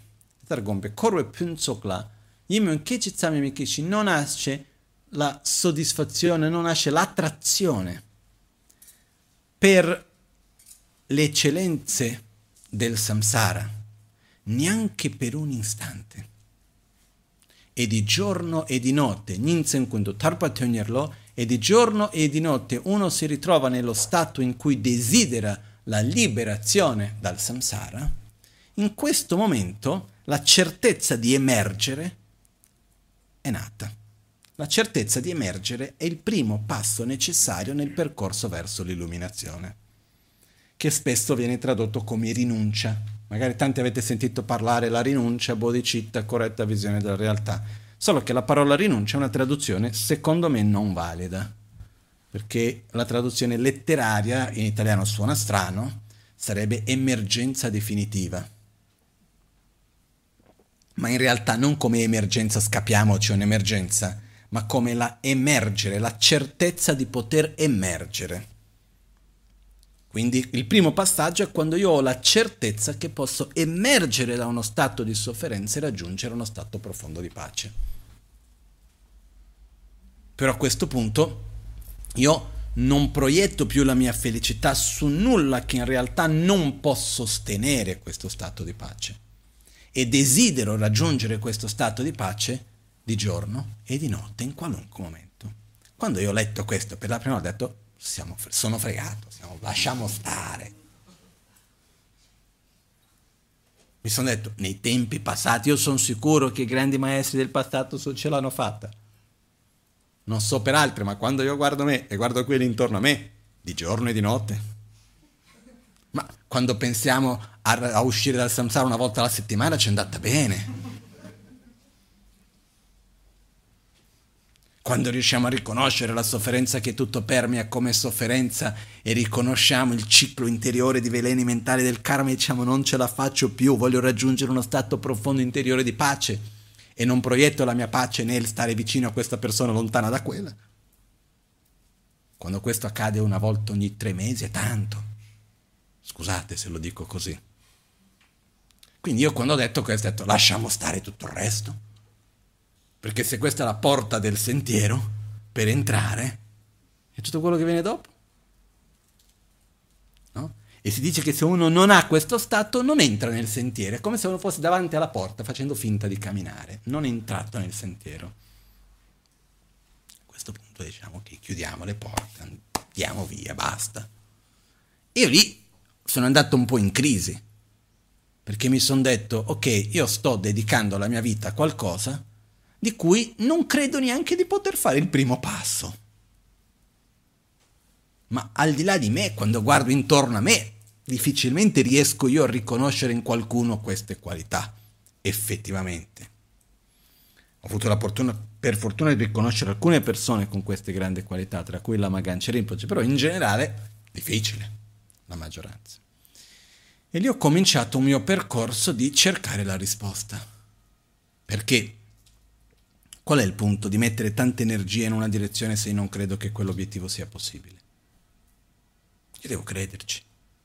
non nasce la soddisfazione, non nasce l'attrazione per le eccellenze del samsara, neanche per un istante. E di giorno e di notte, e di giorno e di notte uno si ritrova nello stato in cui desidera la liberazione dal samsara, in questo momento la certezza di emergere è nata. La certezza di emergere è il primo passo necessario nel percorso verso l'illuminazione, che spesso viene tradotto come rinuncia. Magari tanti avete sentito parlare la rinuncia, bodhicitta, corretta visione della realtà. Solo che la parola rinuncia è una traduzione, secondo me, non valida. Perché la traduzione letteraria, in italiano suona strano, sarebbe emergenza definitiva. Ma in realtà non come emergenza scappiamoci, un'emergenza, ma come la emergere, la certezza di poter emergere. Quindi il primo passaggio è quando io ho la certezza che posso emergere da uno stato di sofferenza e raggiungere uno stato profondo di pace. Però a questo punto io non proietto più la mia felicità su nulla che in realtà non può sostenere questo stato di pace. E desidero raggiungere questo stato di pace di giorno e di notte in qualunque momento. Quando io ho letto questo per la prima volta ho detto sono fregato, lasciamo stare. Mi sono detto, nei tempi passati, io sono sicuro che i grandi maestri del passato ce l'hanno fatta. Non so per altri, ma quando io guardo me e guardo quelli intorno a me, di giorno e di notte. Ma quando pensiamo a uscire dal samsara una volta alla settimana ci è andata bene. Quando riusciamo a riconoscere la sofferenza che tutto permea come sofferenza e riconosciamo il ciclo interiore di veleni mentali del karma e diciamo non ce la faccio più, voglio raggiungere uno stato profondo interiore di pace e non proietto la mia pace nel stare vicino a questa persona lontana da quella. Quando questo accade una volta ogni 3 mesi è tanto. Scusate se lo dico così. Quindi io quando ho detto questo ho detto lasciamo stare tutto il resto. Perché se questa è la porta del sentiero per entrare, è tutto quello che viene dopo. No? E si dice che se uno non ha questo stato non entra nel sentiero, è come se uno fosse davanti alla porta facendo finta di camminare, non è entrato nel sentiero. A questo punto diciamo che chiudiamo le porte, andiamo via, basta. Io lì sono andato un po' in crisi, perché mi sono detto, ok, io sto dedicando la mia vita a qualcosa di cui non credo neanche di poter fare il primo passo. Ma al di là di me, quando guardo intorno a me, difficilmente riesco io a riconoscere in qualcuno queste qualità, effettivamente. Ho avuto per fortuna di riconoscere alcune persone con queste grandi qualità, tra cui Lama Ganchen Rinpoche, però in generale difficile, la maggioranza. E lì ho cominciato un mio percorso di cercare la risposta. Perché? Qual è il punto di mettere tanta energia in una direzione se io non credo che quell'obiettivo sia possibile? Io devo crederci.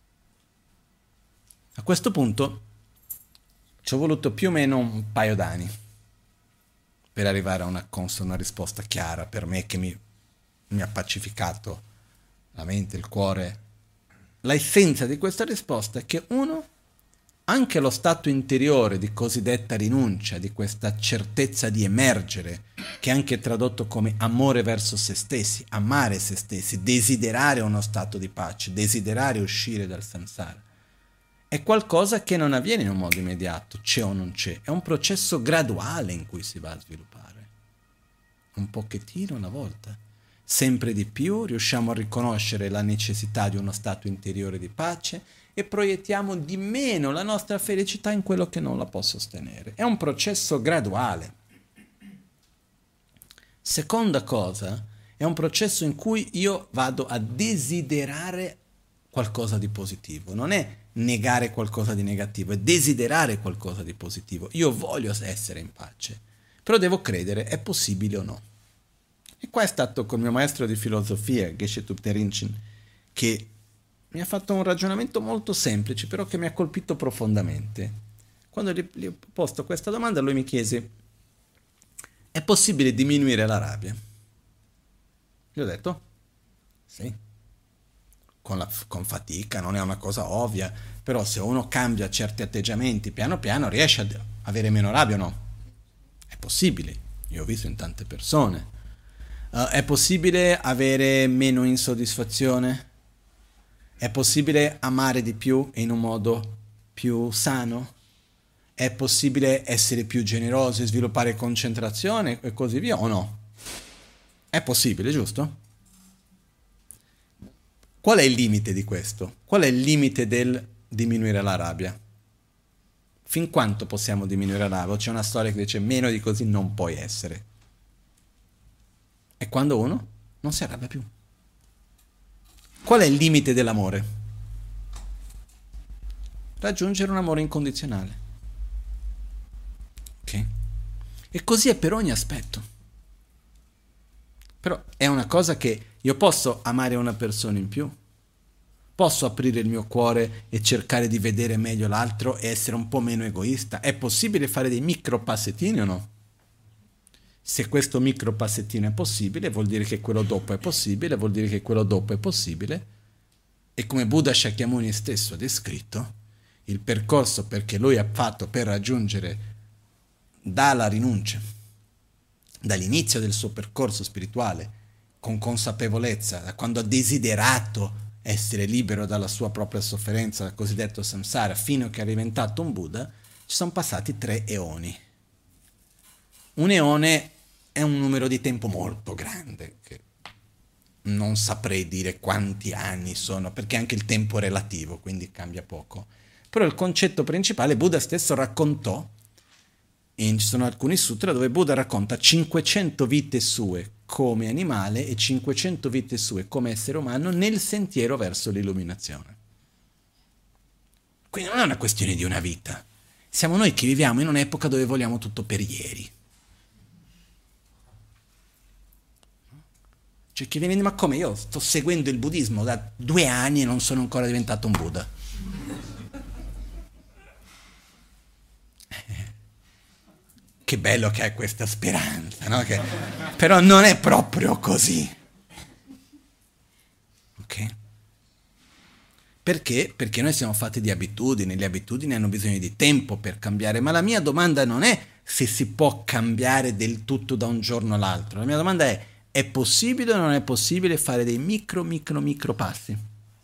A questo punto ci ho voluto più o meno un paio d'anni per arrivare a una risposta chiara per me che mi ha pacificato la mente, il cuore. L'essenza di questa risposta è che uno, anche lo stato interiore di cosiddetta rinuncia, di questa certezza di emergere, che è anche tradotto come amore verso se stessi, amare se stessi, desiderare uno stato di pace, desiderare uscire dal samsara, è qualcosa che non avviene in un modo immediato, c'è o non c'è, è un processo graduale in cui si va a sviluppare, un pochettino alla volta. Sempre di più riusciamo a riconoscere la necessità di uno stato interiore di pace e proiettiamo di meno la nostra felicità in quello che non la può sostenere. È un processo graduale. Seconda cosa, è un processo in cui io vado a desiderare qualcosa di positivo. Non è negare qualcosa di negativo, è desiderare qualcosa di positivo. Io voglio essere in pace, però devo credere, è possibile o no. E qua è stato col mio maestro di filosofia, Geshe Thupten Rinchen, che mi ha fatto un ragionamento molto semplice, però che mi ha colpito profondamente. Quando gli ho posto questa domanda, lui mi chiese: è possibile diminuire la rabbia? Gli ho detto: sì. Con fatica, non è una cosa ovvia, però se uno cambia certi atteggiamenti piano piano riesce ad avere meno rabbia o no? È possibile, io ho visto in tante persone. È possibile avere meno insoddisfazione? È possibile amare di più e in un modo più sano? È possibile essere più generosi, sviluppare concentrazione e così via o no? È possibile, giusto? Qual è il limite di questo? Qual è il limite del diminuire la rabbia? Fin quanto possiamo diminuire la rabbia? C'è una storia che dice meno di così non puoi essere. È quando uno non si arrabbia più. Qual è il limite dell'amore? Raggiungere un amore incondizionale. Ok? E così è per ogni aspetto. Però è una cosa che io posso amare una persona in più, posso aprire il mio cuore e cercare di vedere meglio l'altro e essere un po' meno egoista. È possibile fare dei micro passettini o no? Se questo micro passettino è possibile, vuol dire che quello dopo è possibile, vuol dire che quello dopo è possibile. E come Buddha Shakyamuni stesso ha descritto, il percorso perché lui ha fatto per raggiungere dalla rinuncia, dall'inizio del suo percorso spirituale, con consapevolezza, da quando ha desiderato essere libero dalla sua propria sofferenza, dal cosiddetto samsara, fino a che è diventato un Buddha, ci sono passati 3 eoni. Un eone è un numero di tempo molto grande, che non saprei dire quanti anni sono, perché anche il tempo è relativo, quindi cambia poco. Però il concetto principale, Buddha stesso raccontò, e ci sono alcuni sutra dove Buddha racconta 500 vite sue come animale e 500 vite sue come essere umano nel sentiero verso l'illuminazione. Quindi non è una questione di una vita. Siamo noi che viviamo in un'epoca dove vogliamo tutto per ieri. Cioè chi viene e dice: ma come, io sto seguendo il buddismo da 2 anni e non sono ancora diventato un Buddha. Che bello che hai questa speranza, no? Però non è proprio così. Ok? Perché? Perché noi siamo fatti di abitudini, le abitudini hanno bisogno di tempo per cambiare, ma la mia domanda non è se si può cambiare del tutto da un giorno all'altro, la mia domanda è possibile o non è possibile fare dei micro passi?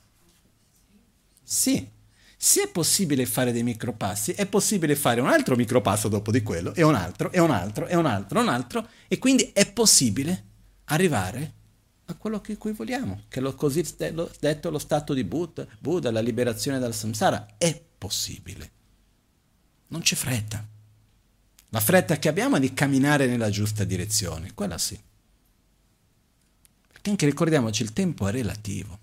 Sì. Se è possibile fare dei micropassi, è possibile fare un altro micropasso dopo di quello, e un altro, e un altro, e un altro, e un altro, e quindi è possibile arrivare a quello che cui vogliamo, che è lo così detto lo stato di Buddha, la liberazione dal samsara. È possibile. Non c'è fretta. La fretta che abbiamo è di camminare nella giusta direzione, quella sì. Perché anche ricordiamoci, il tempo è relativo.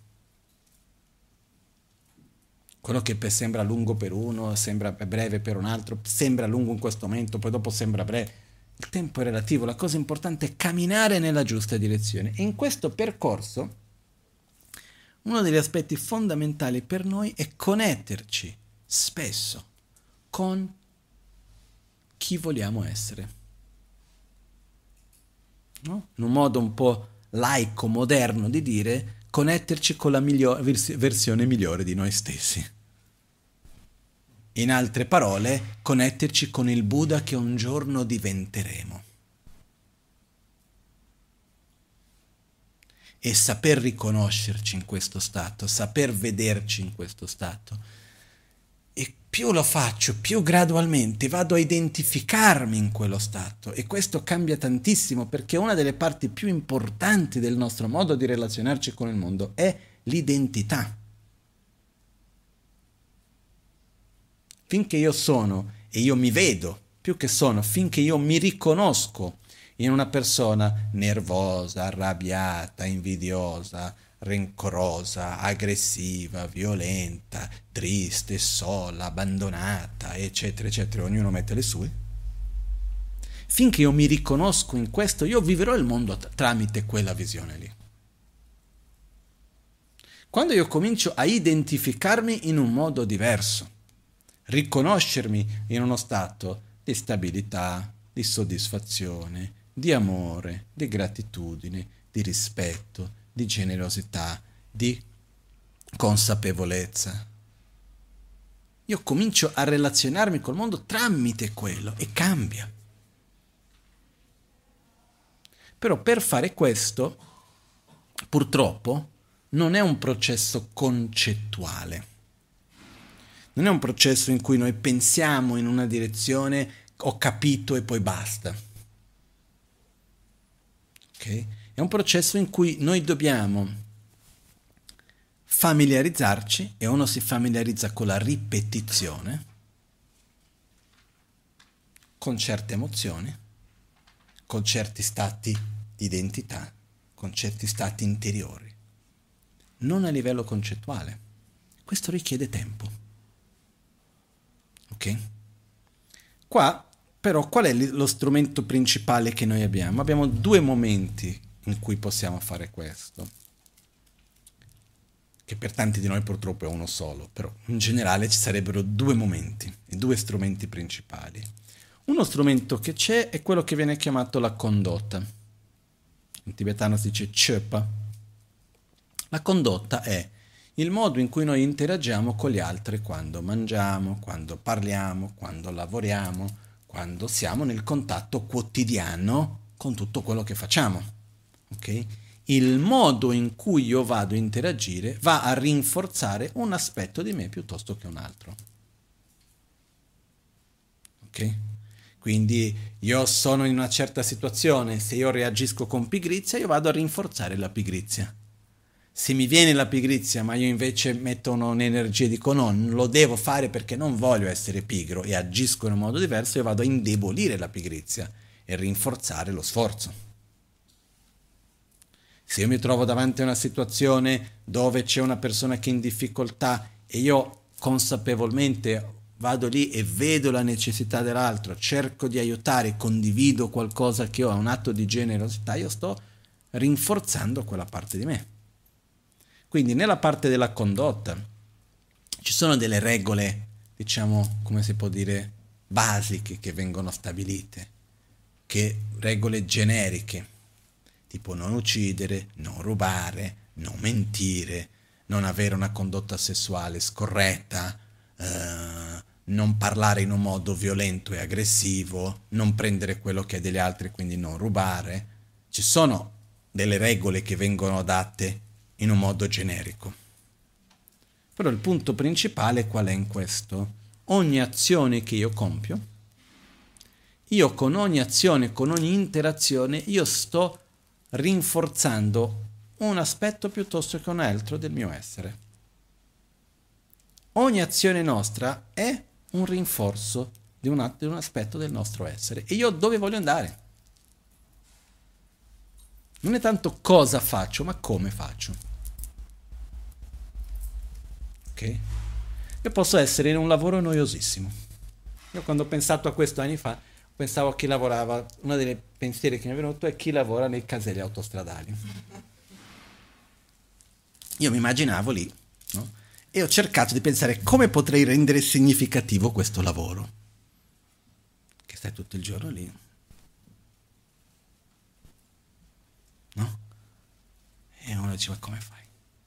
Quello che sembra lungo per uno, sembra breve per un altro, sembra lungo in questo momento, poi dopo sembra breve. Il tempo è relativo, la cosa importante è camminare nella giusta direzione. E in questo percorso, uno degli aspetti fondamentali per noi è connetterci spesso con chi vogliamo essere. no? In un modo un po' laico, moderno di dire, connetterci con la versione migliore di noi stessi. In altre parole, connetterci con il Buddha che un giorno diventeremo. E saper riconoscerci in questo stato, saper vederci in questo stato. E più lo faccio, più gradualmente vado a identificarmi in quello stato. E questo cambia tantissimo, perché una delle parti più importanti del nostro modo di relazionarci con il mondo è l'identità. Finché io sono e io mi vedo, più che sono, finché io mi riconosco in una persona nervosa, arrabbiata, invidiosa, rencorosa, aggressiva, violenta, triste, sola, abbandonata, eccetera, eccetera, ognuno mette le sue. Finché io mi riconosco in questo, io vivrò il mondo tramite quella visione lì. Quando io comincio a identificarmi in un modo diverso, riconoscermi in uno stato di stabilità, di soddisfazione, di amore, di gratitudine, di rispetto, di generosità, di consapevolezza. Io comincio a relazionarmi col mondo tramite quello e cambia. Però per fare questo, purtroppo, non è un processo concettuale. Non è un processo in cui noi pensiamo in una direzione, ho capito e poi basta. Okay? È un processo in cui noi dobbiamo familiarizzarci, e uno si familiarizza con la ripetizione, con certe emozioni, con certi stati di identità, con certi stati interiori, non a livello concettuale. Questo richiede tempo. Ok? Qua, però, qual è lo strumento principale che noi abbiamo? Abbiamo due momenti in cui possiamo fare questo, che per tanti di noi purtroppo è uno solo, però in generale ci sarebbero due momenti, e due strumenti principali. Uno strumento che c'è è quello che viene chiamato la condotta. In tibetano si dice chöpa. La condotta è il modo in cui noi interagiamo con gli altri quando mangiamo, quando parliamo, quando lavoriamo, quando siamo nel contatto quotidiano con tutto quello che facciamo. Ok? Il modo in cui io vado a interagire va a rinforzare un aspetto di me piuttosto che un altro. Ok? Quindi io sono in una certa situazione, se io reagisco con pigrizia, io vado a rinforzare la pigrizia. Se mi viene la pigrizia, ma io invece metto un'energia e dico no, lo devo fare perché non voglio essere pigro e agisco in un modo diverso, io vado a indebolire la pigrizia e rinforzare lo sforzo. Se io mi trovo davanti a una situazione dove c'è una persona che è in difficoltà e io consapevolmente vado lì e vedo la necessità dell'altro, cerco di aiutare, condivido qualcosa che ho, un atto di generosità, io sto rinforzando quella parte di me. Quindi nella parte della condotta ci sono delle regole, diciamo, come si può dire, basiche che vengono stabilite, che regole generiche, tipo non uccidere, non rubare, non mentire, non avere una condotta sessuale scorretta, non parlare in un modo violento e aggressivo, non prendere quello che è degli altri, quindi non rubare. Ci sono delle regole che vengono date in un modo generico. Però il punto principale qual è in questo? Ogni azione che io compio, io con ogni azione, con ogni interazione, io sto rinforzando un aspetto piuttosto che un altro del mio essere. Ogni azione nostra è un rinforzo di un aspetto del nostro essere. E io dove voglio andare? Non è tanto cosa faccio, ma come faccio. Ok? Io posso essere in un lavoro noiosissimo. Io quando ho pensato a questo anni fa, pensavo a chi lavorava, uno dei pensieri che mi è venuto è chi lavora nei caselli autostradali. Io mi immaginavo lì, no? E ho cercato di pensare come potrei rendere significativo questo lavoro. Che stai tutto il giorno lì. no? E uno dice, ma come fai?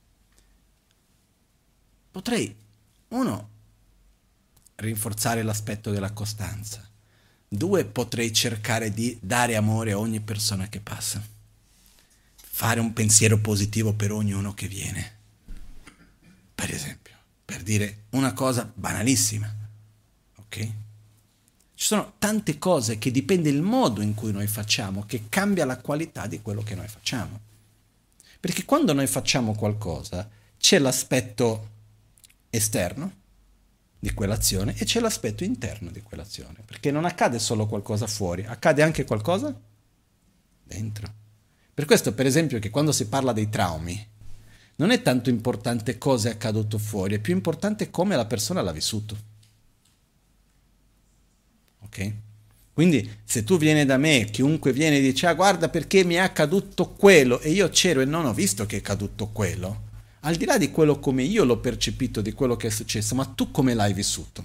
Potrei, uno, rinforzare l'aspetto della costanza. Due, potrei cercare di dare amore a ogni persona che passa. Fare un pensiero positivo per ognuno che viene. Per esempio, per dire una cosa banalissima. Ok? Ci sono tante cose che dipende il modo in cui noi facciamo, che cambia la qualità di quello che noi facciamo. Perché quando noi facciamo qualcosa, c'è l'aspetto esterno di quell'azione e c'è l'aspetto interno di quell'azione. Perché non accade solo qualcosa fuori, accade anche qualcosa dentro. Per questo, per esempio, che quando si parla dei traumi, non è tanto importante cosa è accaduto fuori, è più importante come la persona l'ha vissuto. Ok? Quindi se tu vieni da me, chiunque viene e dice, ah guarda perché mi è accaduto quello, e io c'ero e non ho visto che è accaduto quello, al di là di quello come io l'ho percepito, di quello che è successo, ma tu come l'hai vissuto?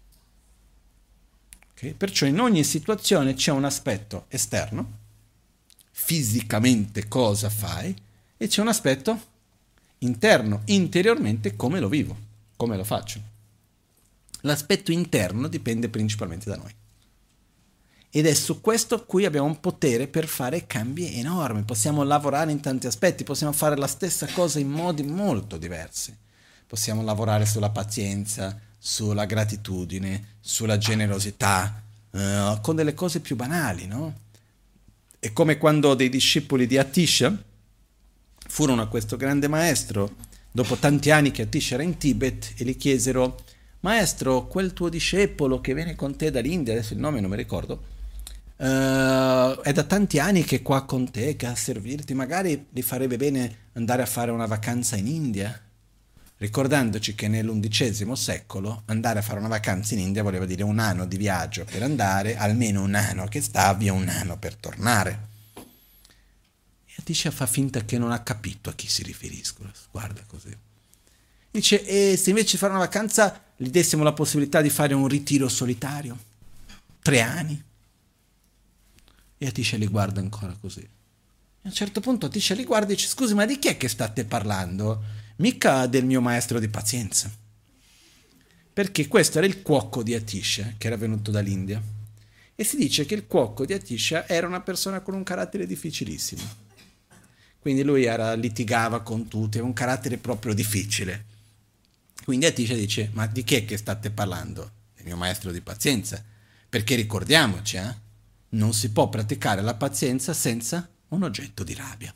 Okay? Perciò in ogni situazione c'è un aspetto esterno, fisicamente cosa fai, e c'è un aspetto interno, interiormente come lo vivo, come lo faccio. L'aspetto interno dipende principalmente da noi. Ed è su questo qui abbiamo un potere per fare cambi enormi. Possiamo lavorare in tanti aspetti, possiamo fare la stessa cosa in modi molto diversi. Possiamo lavorare sulla pazienza, sulla gratitudine, sulla generosità, con delle cose più banali, no? È come quando dei discepoli di Atisha furono a questo grande maestro, dopo tanti anni che Atisha era in Tibet, e gli chiesero, maestro, quel tuo discepolo che viene con te dall'India, adesso il nome non mi ricordo, è da tanti anni che è qua con te, che a servirti, magari gli farebbe bene andare a fare una vacanza in India, ricordandoci che nell'undicesimo secolo andare a fare una vacanza in India voleva dire un anno di viaggio per andare, almeno un anno che stavi e un anno per tornare. E Atisha fa finta che non ha capito a chi si riferiscono, guarda così. Dice, e se invece di fare una vacanza gli dessimo la possibilità di fare un ritiro solitario? 3 anni? E Atisha li guarda ancora così. E a un certo punto Atisha li guarda e dice, scusi, ma di chi è che state parlando? Mica del mio maestro di pazienza. Perché questo era il cuoco di Atisha, che era venuto dall'India. E si dice che il cuoco di Atisha era una persona con un carattere difficilissimo. Quindi lui litigava con tutti, aveva un carattere proprio difficile. Quindi Atisha dice, ma di chi è che state parlando? Del mio maestro di pazienza. Perché ricordiamoci, non si può praticare la pazienza senza un oggetto di rabbia.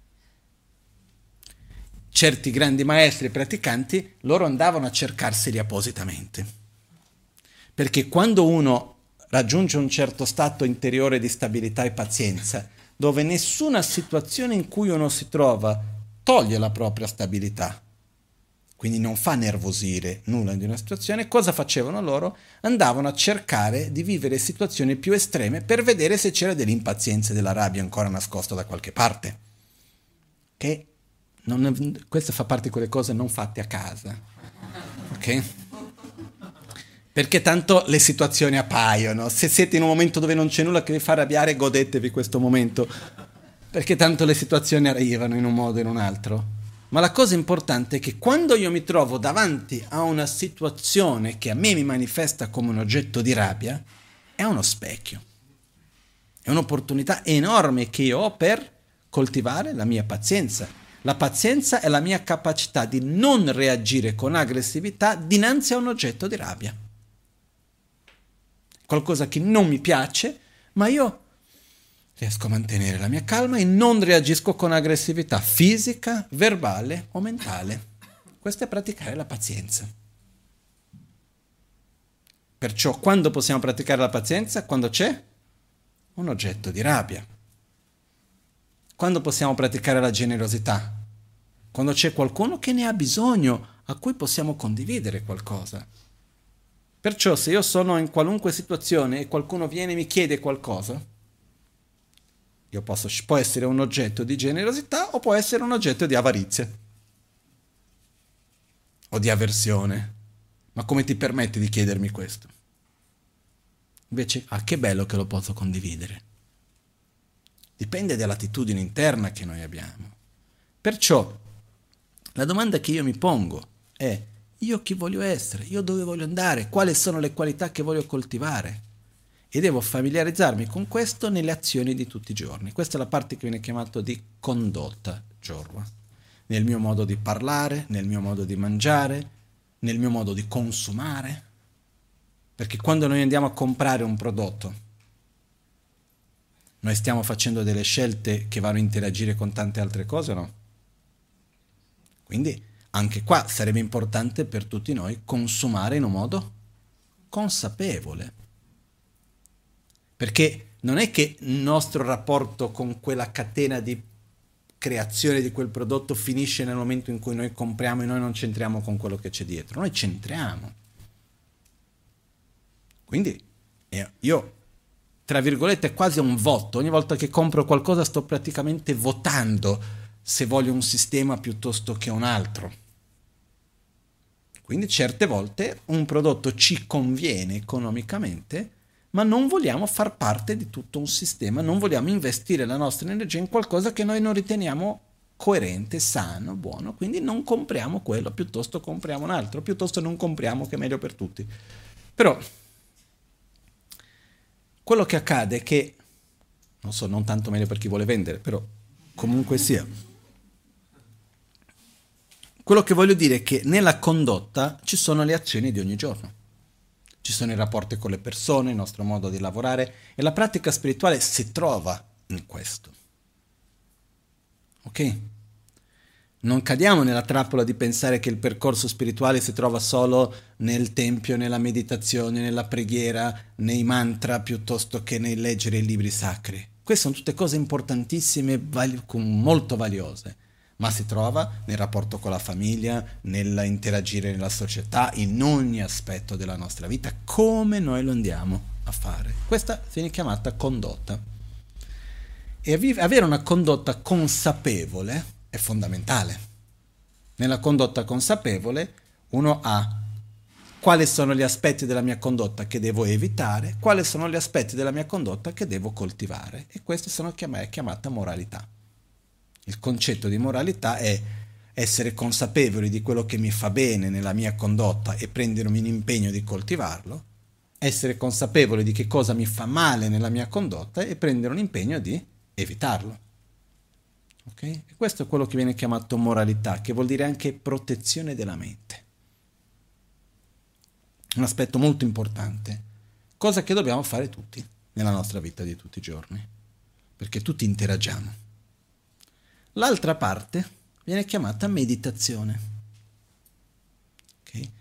Certi grandi maestri praticanti, loro andavano a cercarseli appositamente. Perché quando uno raggiunge un certo stato interiore di stabilità e pazienza, dove nessuna situazione in cui uno si trova toglie la propria stabilità, quindi non fa nervosire nulla di una situazione, cosa facevano loro? Andavano a cercare di vivere situazioni più estreme per vedere se c'era dell'impazienza e della rabbia ancora nascosta da qualche parte. Che questa fa parte di quelle cose non fatte a casa, ok? Perché tanto le situazioni appaiono. Se siete in un momento dove non c'è nulla che vi fa arrabbiare, godetevi questo momento, perché tanto le situazioni arrivano in un modo o in un altro. Ma la cosa importante è che quando io mi trovo davanti a una situazione che a me mi manifesta come un oggetto di rabbia, è uno specchio. È un'opportunità enorme che io ho per coltivare la mia pazienza. La pazienza è la mia capacità di non reagire con aggressività dinanzi a un oggetto di rabbia. Qualcosa che non mi piace, ma io riesco a mantenere la mia calma e non reagisco con aggressività fisica, verbale o mentale. Questo è praticare la pazienza. Perciò quando possiamo praticare la pazienza? Quando c'è un oggetto di rabbia. Quando possiamo praticare la generosità? Quando c'è qualcuno che ne ha bisogno, a cui possiamo condividere qualcosa. Perciò se io sono in qualunque situazione e qualcuno viene e mi chiede qualcosa, può essere un oggetto di generosità o può essere un oggetto di avarizia o di avversione. Ma come ti permetti di chiedermi questo? Invece, che bello che lo posso condividere. dipende dall'attitudine interna che noi abbiamo. Perciò la domanda che io mi pongo è: io chi voglio essere? Io dove voglio andare? Quali sono le qualità che voglio coltivare? E devo familiarizzarmi con questo nelle azioni di tutti i giorni. Questa è la parte che viene chiamata di condotta jorva. Nel mio modo di parlare, nel mio modo di mangiare, nel mio modo di consumare. Perché quando noi andiamo a comprare un prodotto, noi stiamo facendo delle scelte che vanno a interagire con tante altre cose o no? Quindi anche qua sarebbe importante per tutti noi consumare in un modo consapevole. Perché non è che il nostro rapporto con quella catena di creazione di quel prodotto finisce nel momento in cui noi compriamo e noi non c'entriamo con quello che c'è dietro. Noi c'entriamo. Quindi io, tra virgolette, è quasi un voto. Ogni volta che compro qualcosa sto praticamente votando se voglio un sistema piuttosto che un altro. Quindi certe volte un prodotto ci conviene economicamente, ma non vogliamo far parte di tutto un sistema, non vogliamo investire la nostra energia in qualcosa che noi non riteniamo coerente, sano, buono, quindi non compriamo quello, piuttosto compriamo un altro, piuttosto non compriamo, che è meglio per tutti. Però quello che accade è che, non so, non tanto meglio per chi vuole vendere, però comunque sia, quello che voglio dire è che nella condotta ci sono le azioni di ogni giorno. Ci sono i rapporti con le persone, il nostro modo di lavorare e la pratica spirituale si trova in questo. Ok? Non cadiamo nella trappola di pensare che il percorso spirituale si trova solo nel tempio, nella meditazione, nella preghiera, nei mantra, piuttosto che nel leggere i libri sacri. Queste sono tutte cose importantissime, molto valiose, ma si trova nel rapporto con la famiglia, nell'interagire nella società, in ogni aspetto della nostra vita, come noi lo andiamo a fare. Questa viene chiamata condotta. E avere una condotta consapevole è fondamentale. Nella condotta consapevole uno ha quali sono gli aspetti della mia condotta che devo evitare, quali sono gli aspetti della mia condotta che devo coltivare, e queste sono chiamata moralità. Il concetto di moralità è essere consapevoli di quello che mi fa bene nella mia condotta e prendermi un impegno di coltivarlo, essere consapevoli di che cosa mi fa male nella mia condotta e prendere un impegno di evitarlo. Okay? E questo è quello che viene chiamato moralità, che vuol dire anche protezione della mente. Un aspetto molto importante, cosa che dobbiamo fare tutti nella nostra vita di tutti i giorni, perché tutti interagiamo. L'altra parte viene chiamata meditazione. Okay?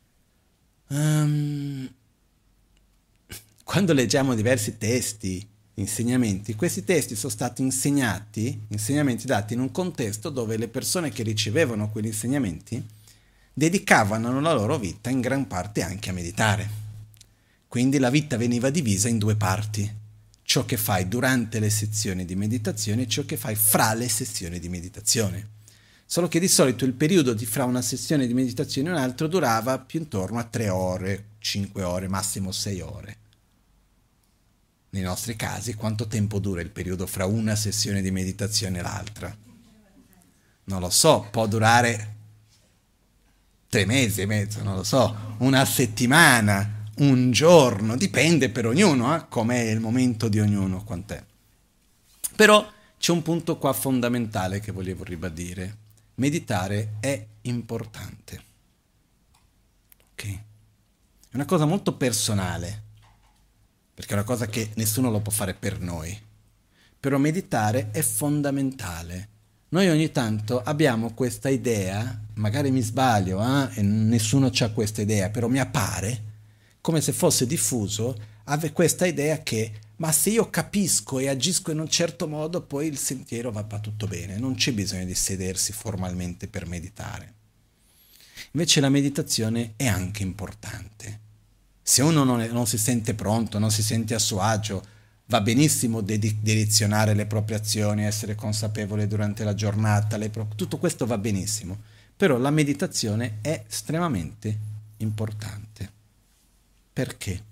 Quando leggiamo diversi testi, insegnamenti, questi testi sono stati insegnamenti dati in un contesto dove le persone che ricevevano quegli insegnamenti dedicavano la loro vita in gran parte anche a meditare. Quindi la vita veniva divisa in due parti: ciò che fai durante le sezioni di meditazione e ciò che fai fra le sessioni di meditazione. Solo che di solito il periodo fra una sessione di meditazione e un'altra durava più intorno a 3 ore, 5 ore, massimo 6 ore. Nei nostri casi, quanto tempo dura il periodo fra una sessione di meditazione e l'altra? Non lo so, può durare 3 mesi e mezzo, non lo so, una settimana, un giorno, dipende per ognuno, com'è il momento di ognuno, quant'è. Però c'è un punto qua fondamentale che volevo ribadire. Meditare è importante. Ok? È una cosa molto personale, perché è una cosa che nessuno lo può fare per noi. Però meditare è fondamentale. Noi ogni tanto abbiamo questa idea, magari mi sbaglio, e nessuno ha questa idea, però mi appare come se fosse diffuso, questa idea che, ma se io capisco e agisco in un certo modo, poi il sentiero va tutto bene, non c'è bisogno di sedersi formalmente per meditare. Invece la meditazione è anche importante. Se uno non si sente pronto, non si sente a suo agio, va benissimo direzionare le proprie azioni, essere consapevole durante la giornata, tutto questo va benissimo, però la meditazione è estremamente importante. Perché?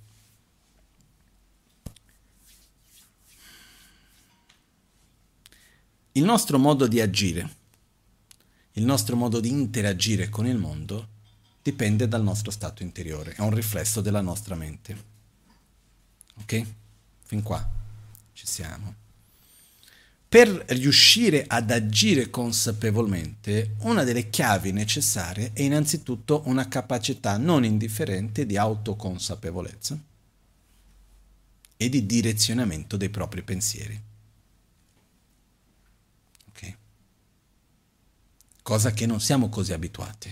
il nostro modo di agire, il nostro modo di interagire con il mondo dipende dal nostro stato interiore, è un riflesso della nostra mente. Ok? Fin qua ci siamo. Per riuscire ad agire consapevolmente, una delle chiavi necessarie è innanzitutto una capacità non indifferente di autoconsapevolezza e di direzionamento dei propri pensieri. Ok? Cosa che non siamo così abituati.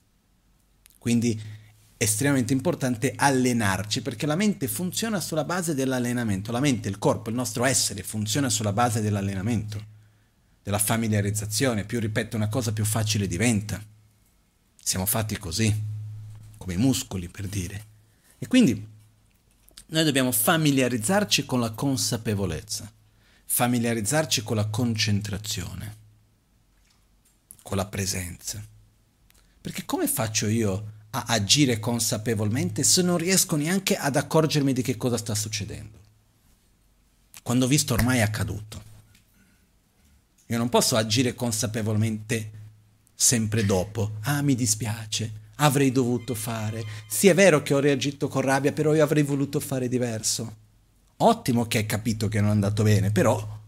Quindi è estremamente importante allenarci, perché la mente funziona sulla base dell'allenamento. La mente, il corpo, il nostro essere funziona sulla base dell'allenamento, della familiarizzazione. Più ripeto una cosa, più facile diventa. Siamo fatti così, come i muscoli, per dire. E quindi noi dobbiamo familiarizzarci con la consapevolezza, familiarizzarci con la concentrazione, con la presenza. Perché come faccio io a agire consapevolmente se non riesco neanche ad accorgermi di che cosa sta succedendo? Quando ho visto ormai è accaduto. Io non posso agire consapevolmente sempre dopo. Ah, mi dispiace, avrei dovuto fare. Sì, è vero che ho reagito con rabbia, però io avrei voluto fare diverso. Ottimo che hai capito che non è andato bene, però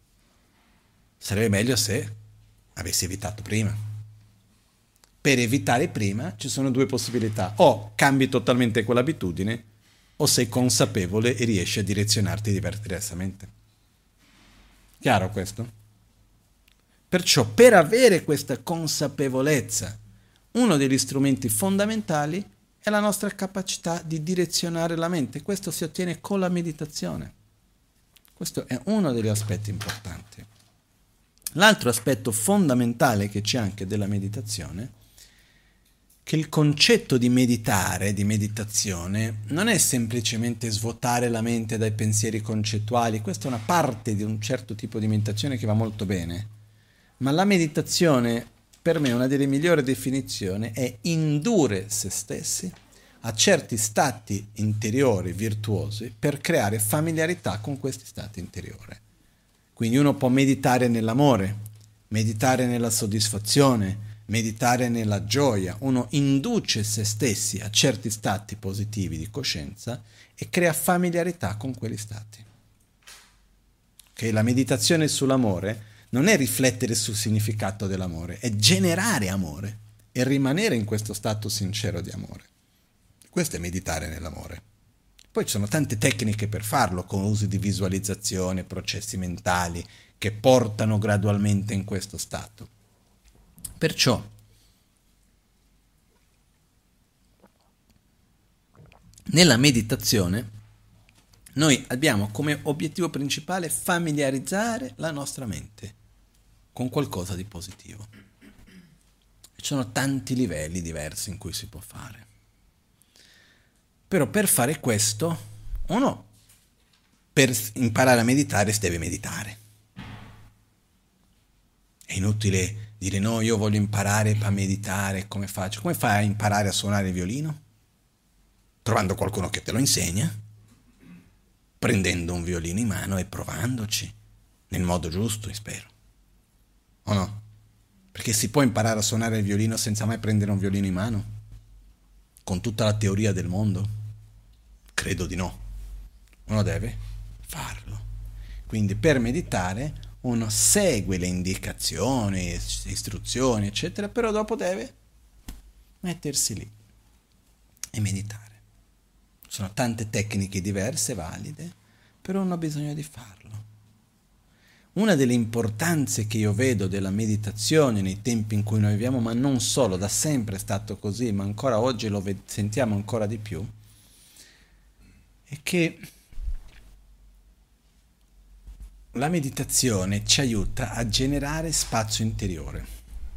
sarebbe meglio se avessi evitato prima. Per evitare prima ci sono due possibilità: o cambi totalmente quell'abitudine, o sei consapevole e riesci a direzionarti diversamente. Chiaro questo? Perciò, per avere questa consapevolezza, uno degli strumenti fondamentali è la nostra capacità di direzionare la mente. Questo si ottiene con la meditazione. Questo è uno degli aspetti importanti. L'altro aspetto fondamentale che c'è anche della meditazione, che il concetto di meditare, di meditazione, non è semplicemente svuotare la mente dai pensieri concettuali. Questa è una parte di un certo tipo di meditazione che va molto bene, ma la meditazione, per me, una delle migliori definizioni è indurre se stessi a certi stati interiori virtuosi per creare familiarità con questi stati interiori. Quindi uno può meditare nell'amore, meditare nella soddisfazione, meditare nella gioia. Uno induce se stessi a certi stati positivi di coscienza e crea familiarità con quegli stati. Okay? La meditazione sull'amore non è riflettere sul significato dell'amore, è generare amore e rimanere in questo stato sincero di amore. Questo è meditare nell'amore. Poi ci sono tante tecniche per farlo, con usi di visualizzazione, processi mentali che portano gradualmente in questo stato. Perciò, nella meditazione, noi abbiamo come obiettivo principale familiarizzare la nostra mente con qualcosa di positivo. Ci sono tanti livelli diversi in cui si può fare. Però per fare questo, uno, per imparare a meditare, si deve meditare. È inutile dire no, io voglio imparare a meditare, come faccio? Come fai a imparare a suonare il violino? Trovando qualcuno che te lo insegna, prendendo un violino in mano e provandoci, nel modo giusto, spero. O no? Perché si può imparare a suonare il violino senza mai prendere un violino in mano? Con tutta la teoria del mondo? Credo di no. Uno deve farlo. Quindi per meditare uno segue le indicazioni, istruzioni, eccetera, però dopo deve mettersi lì e meditare. Ci sono tante tecniche diverse, valide, però uno ha bisogno di farlo. Una delle importanze che io vedo della meditazione nei tempi in cui noi viviamo, ma non solo, da sempre è stato così, ma ancora oggi lo sentiamo ancora di più, è che la meditazione ci aiuta a generare spazio interiore.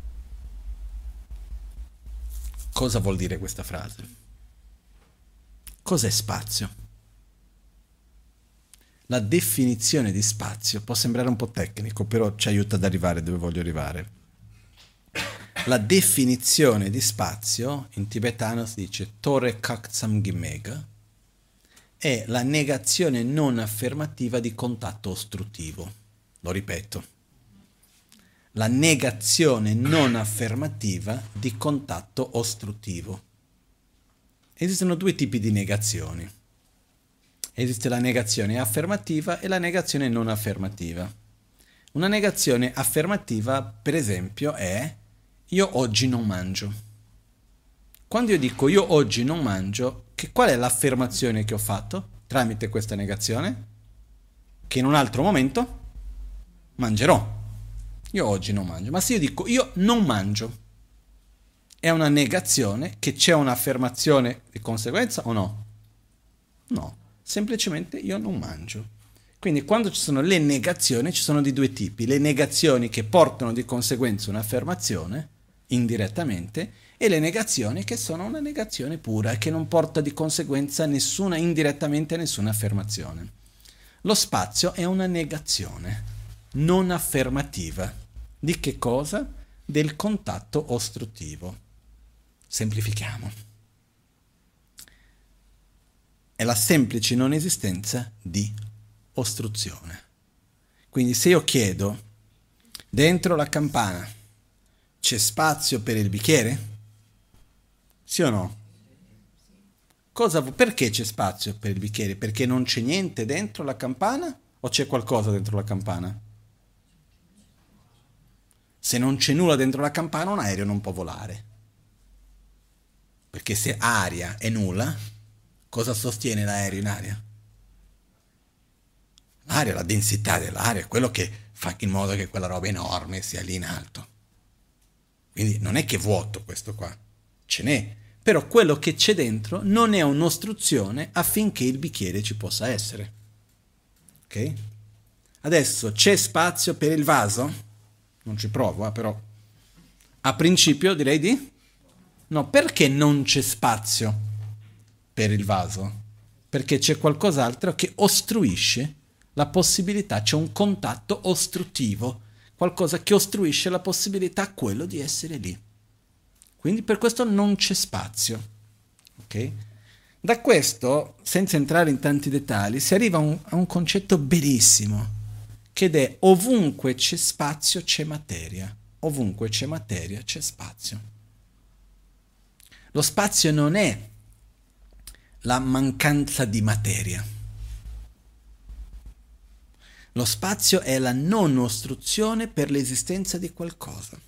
Cosa vuol dire questa frase? Cos'è spazio? La definizione di spazio può sembrare un po' tecnico, però ci aiuta ad arrivare dove voglio arrivare. La definizione di spazio, in tibetano si dice Tore Kaktsam Gimega, è la negazione non affermativa di contatto ostruttivo. Lo ripeto. la negazione non affermativa di contatto ostruttivo. Esistono due tipi di negazioni. Esiste la negazione affermativa e la negazione non affermativa. Una negazione affermativa, per esempio, è io oggi non mangio. Quando io dico io oggi non mangio, qual è l'affermazione che ho fatto tramite questa negazione? Che in un altro momento mangerò. Io oggi non mangio. Ma se io dico io non mangio, è una negazione che c'è un'affermazione di conseguenza o no? No, semplicemente io non mangio. Quindi quando ci sono le negazioni ci sono di due tipi. Le negazioni che portano di conseguenza un'affermazione, indirettamente, e le negazioni che sono una negazione pura e che non porta di conseguenza nessuna, indirettamente nessuna affermazione. Lo spazio è una negazione non affermativa. Di che cosa? Del contatto ostruttivo. Semplifichiamo. È la semplice non esistenza di ostruzione. Quindi se io chiedo dentro la campana c'è spazio per il bicchiere? Sì o no? Perché c'è spazio per il bicchiere? Perché non c'è niente dentro la campana o c'è qualcosa dentro la campana? Se non c'è nulla dentro la campana un aereo non può volare. Perché se aria è nulla, cosa sostiene l'aereo in aria? L'aria, la densità dell'aria, è quello che fa in modo che quella roba enorme sia lì in alto. Quindi non è che è vuoto questo qua, ce n'è. Però quello che c'è dentro non è un'ostruzione affinché il bicchiere ci possa essere. Ok? Adesso c'è spazio per il vaso? Non ci provo, però. A principio direi di? No, perché non c'è spazio per il vaso? Perché c'è qualcos'altro che ostruisce la possibilità, c'è un contatto ostruttivo, qualcosa che ostruisce la possibilità a quello di essere lì. Quindi per questo non c'è spazio. Ok? Da questo, senza entrare in tanti dettagli, si arriva a un concetto bellissimo, che è ovunque c'è spazio c'è materia. Ovunque c'è materia c'è spazio. Lo spazio non è la mancanza di materia. Lo spazio è la non ostruzione per l'esistenza di qualcosa.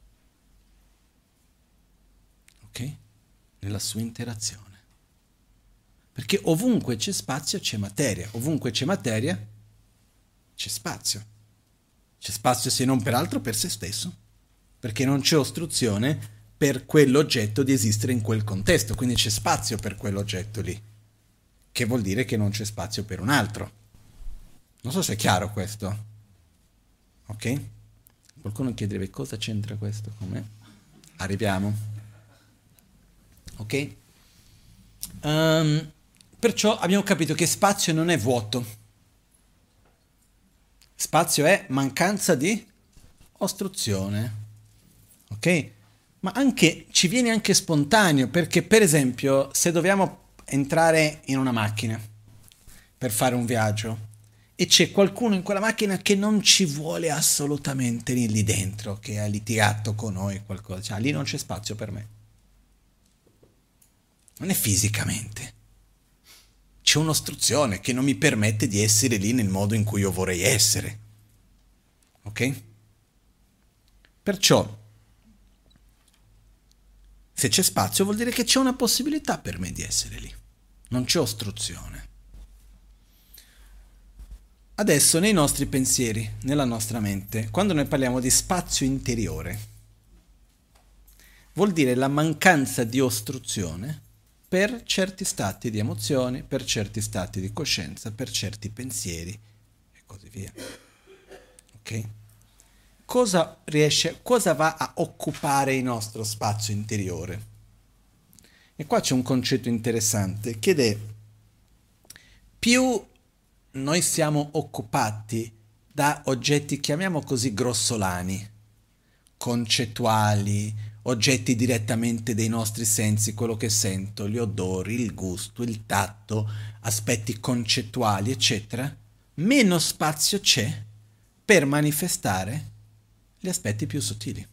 Ok? Nella sua interazione. Perché ovunque c'è spazio c'è materia. Ovunque c'è materia c'è spazio. C'è spazio se non per altro per se stesso. Perché non c'è ostruzione per quell'oggetto di esistere in quel contesto. Quindi c'è spazio per quell'oggetto lì. Che vuol dire che non c'è spazio per un altro. Non so se è chiaro questo. Ok? Qualcuno chiederebbe cosa c'entra questo con me? Arriviamo. Ok? Perciò abbiamo capito che spazio non è vuoto. Spazio è mancanza di ostruzione. Ok? Ma anche ci viene anche spontaneo, perché per esempio se dobbiamo entrare in una macchina per fare un viaggio e c'è qualcuno in quella macchina che non ci vuole assolutamente lì dentro, che ha litigato con noi qualcosa, cioè lì non c'è spazio per me. Non è fisicamente. C'è un'ostruzione che non mi permette di essere lì nel modo in cui io vorrei essere. Ok? Perciò, se c'è spazio vuol dire che c'è una possibilità per me di essere lì. Non c'è ostruzione. Adesso nei nostri pensieri, nella nostra mente, quando noi parliamo di spazio interiore, vuol dire la mancanza di ostruzione per certi stati di emozioni, per certi stati di coscienza, per certi pensieri e così via. Ok? Cosa va a occupare il nostro spazio interiore? E qua c'è un concetto interessante che è più noi siamo occupati da oggetti, chiamiamo così, grossolani, concettuali, oggetti direttamente dei nostri sensi, quello che sento, gli odori, il gusto, il tatto, aspetti concettuali, eccetera, meno spazio c'è per manifestare gli aspetti più sottili.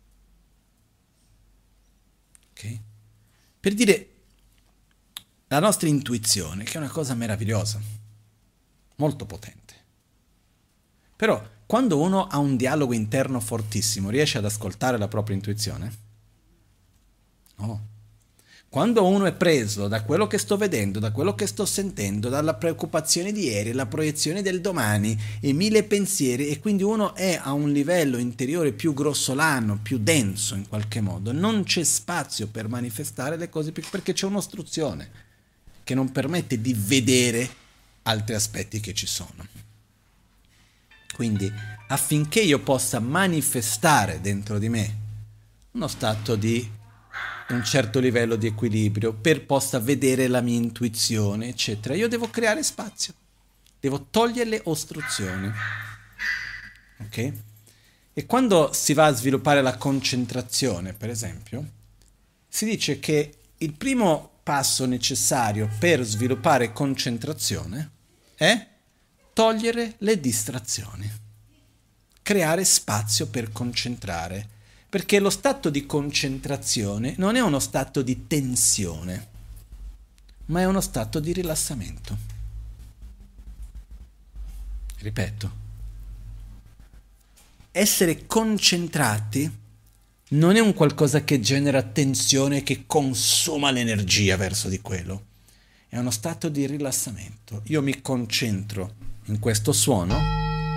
Ok? Per dire la nostra intuizione, che è una cosa meravigliosa, molto potente. Però quando uno ha un dialogo interno fortissimo, riesce ad ascoltare la propria intuizione? No. Quando uno è preso da quello che sto vedendo, da quello che sto sentendo, dalla preoccupazione di ieri, la proiezione del domani e mille pensieri, e quindi uno è a un livello interiore più grossolano, più denso in qualche modo, non c'è spazio per manifestare le cose perché c'è un'ostruzione che non permette di vedere altri aspetti che ci sono. Quindi affinché io possa manifestare dentro di me uno stato di un certo livello di equilibrio, per possa vedere la mia intuizione, eccetera, io devo creare spazio, devo togliere le ostruzioni. Ok? E quando si va a sviluppare la concentrazione, per esempio, si dice che il primo passo necessario per sviluppare concentrazione è togliere le distrazioni, creare spazio per concentrare. Perché lo stato di concentrazione non è uno stato di tensione, ma è uno stato di rilassamento. Ripeto, essere concentrati non è un qualcosa che genera tensione, che consuma l'energia verso di quello. È uno stato di rilassamento. Io mi concentro in questo suono.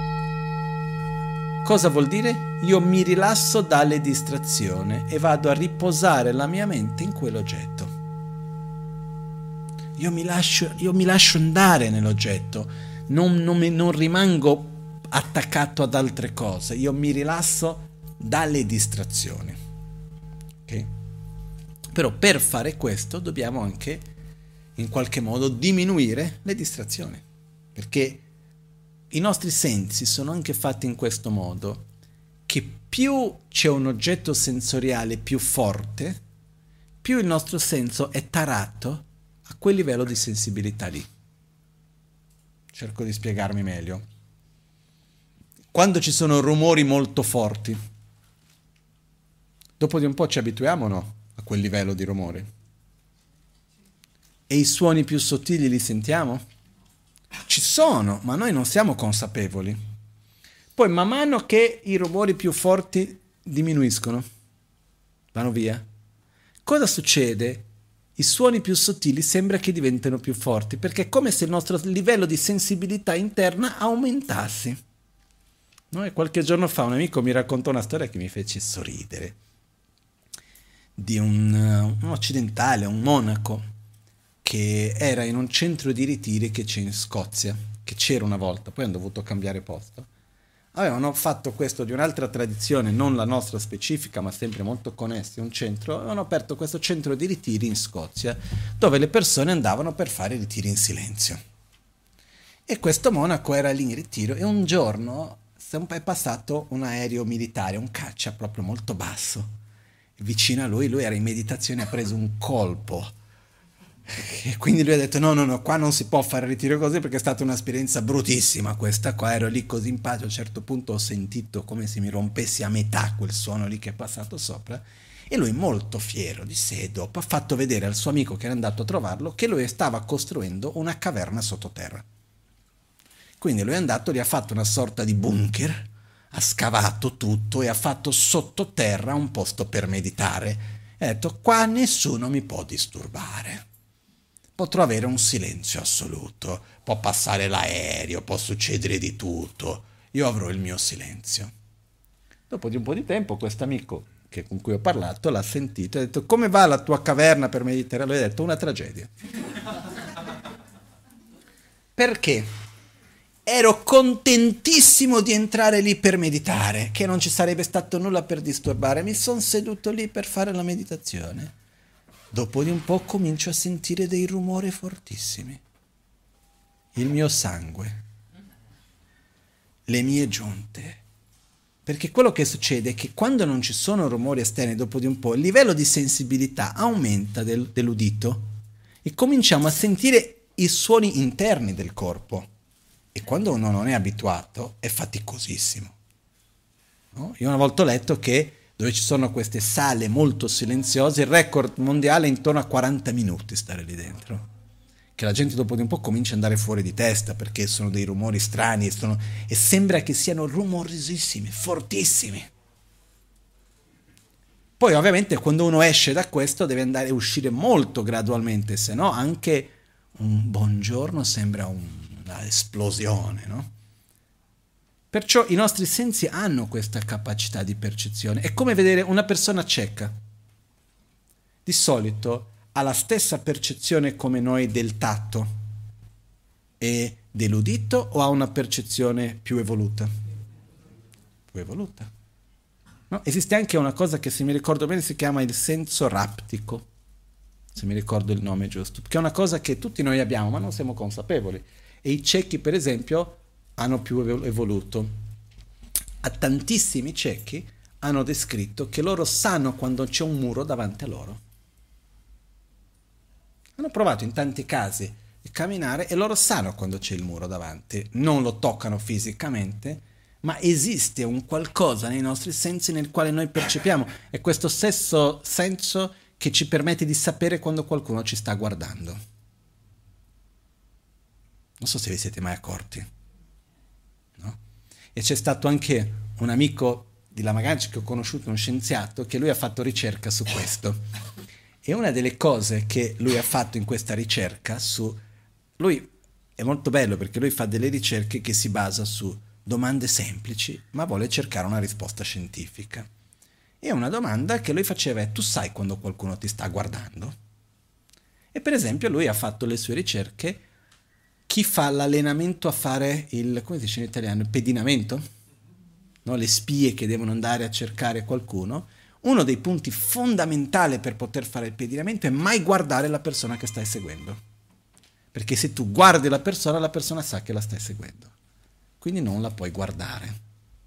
Cosa vuol dire? Io mi rilasso dalle distrazioni e vado a riposare la mia mente in quell'oggetto. Io mi lascio andare nell'oggetto, non rimango attaccato ad altre cose, io mi rilasso dalle distrazioni. Okay? Però per fare questo dobbiamo anche in qualche modo diminuire le distrazioni, perché i nostri sensi sono anche fatti in questo modo, che più c'è un oggetto sensoriale più forte, più il nostro senso è tarato a quel livello di sensibilità lì. Cerco di spiegarmi meglio. Quando ci sono rumori molto forti, dopo di un po' ci abituiamo, no? A quel livello di rumore. E i suoni più sottili li sentiamo? Ci sono, ma noi non siamo consapevoli. Poi man mano che i rumori più forti diminuiscono, vanno via, cosa succede? I suoni più sottili sembra che diventino più forti, perché è come se il nostro livello di sensibilità interna aumentasse. No? E qualche giorno fa un amico mi raccontò una storia che mi fece sorridere, di un occidentale, un monaco, che era in un centro di ritiri che c'è in Scozia, che c'era una volta, poi hanno dovuto cambiare posto. Avevano fatto questo di un'altra tradizione, non la nostra specifica, ma sempre molto connessi, un centro, avevano aperto questo centro di ritiri in Scozia, dove le persone andavano per fare ritiri in silenzio. E questo monaco era lì in ritiro e un giorno è passato un aereo militare, un caccia proprio molto basso. Vicino a lui era in meditazione, ha preso un colpo. E quindi lui ha detto no, qua non si può fare ritiro così perché è stata un'esperienza bruttissima questa qua, ero lì così in pace, a un certo punto ho sentito come se mi rompessi a metà quel suono lì che è passato sopra, e lui molto fiero di sé dopo ha fatto vedere al suo amico che era andato a trovarlo che lui stava costruendo una caverna sottoterra. Quindi lui è andato lì, ha fatto una sorta di bunker, ha scavato tutto e ha fatto sottoterra un posto per meditare e ha detto qua nessuno mi può disturbare. Potrò avere un silenzio assoluto, può passare l'aereo, può succedere di tutto, io avrò il mio silenzio. Dopo di un po' di tempo questo amico con cui ho parlato l'ha sentito e ha detto come va la tua caverna per meditare? Lui ha detto una tragedia. Perché? Ero contentissimo di entrare lì per meditare, che non ci sarebbe stato nulla per disturbare, mi sono seduto lì per fare la meditazione. Dopo di un po' comincio a sentire dei rumori fortissimi. Il mio sangue, le mie giunte. Perché quello che succede è che quando non ci sono rumori esterni, dopo di un po' il livello di sensibilità aumenta dell'udito e cominciamo a sentire i suoni interni del corpo. E quando uno non è abituato è faticosissimo. no? Io una volta ho letto che dove ci sono queste sale molto silenziose, il record mondiale è intorno a 40 minuti stare lì dentro. Che la gente dopo di un po' comincia ad andare fuori di testa perché sono dei rumori strani e sembra che siano rumorosissimi, fortissimi. Poi ovviamente quando uno esce da questo deve andare a uscire molto gradualmente, se no anche un buongiorno sembra una esplosione, no? Perciò i nostri sensi hanno questa capacità di percezione. È come vedere una persona cieca. Di solito ha la stessa percezione come noi del tatto e dell'udito o ha una percezione più evoluta? Più evoluta. No? Esiste anche una cosa che, se mi ricordo bene, si chiama il senso raptico, se mi ricordo il nome giusto, che è una cosa che tutti noi abbiamo ma non siamo consapevoli. E i ciechi, per esempio, hanno più evoluto. A tantissimi ciechi hanno descritto che loro sanno quando c'è un muro davanti a loro. Hanno provato in tanti casi di camminare e loro sanno quando c'è il muro davanti. Non lo toccano fisicamente, ma esiste un qualcosa nei nostri sensi nel quale noi percepiamo. È questo stesso senso che ci permette di sapere quando qualcuno ci sta guardando. Non so se vi siete mai accorti. No? E c'è stato anche un amico di Lama Ganchen che ho conosciuto, uno scienziato, che lui ha fatto ricerca su questo. E una delle cose che lui ha fatto in questa ricerca lui è molto bello perché lui fa delle ricerche che si basa su domande semplici, ma vuole cercare una risposta scientifica. E una domanda che lui faceva è: tu sai quando qualcuno ti sta guardando? E per esempio lui ha fatto le sue ricerche. Chi fa l'allenamento a fare come si dice in italiano, il pedinamento? No? Le spie che devono andare a cercare qualcuno. Uno dei punti fondamentali per poter fare il pedinamento è mai guardare la persona che stai seguendo. Perché se tu guardi la persona sa che la stai seguendo. Quindi non la puoi guardare.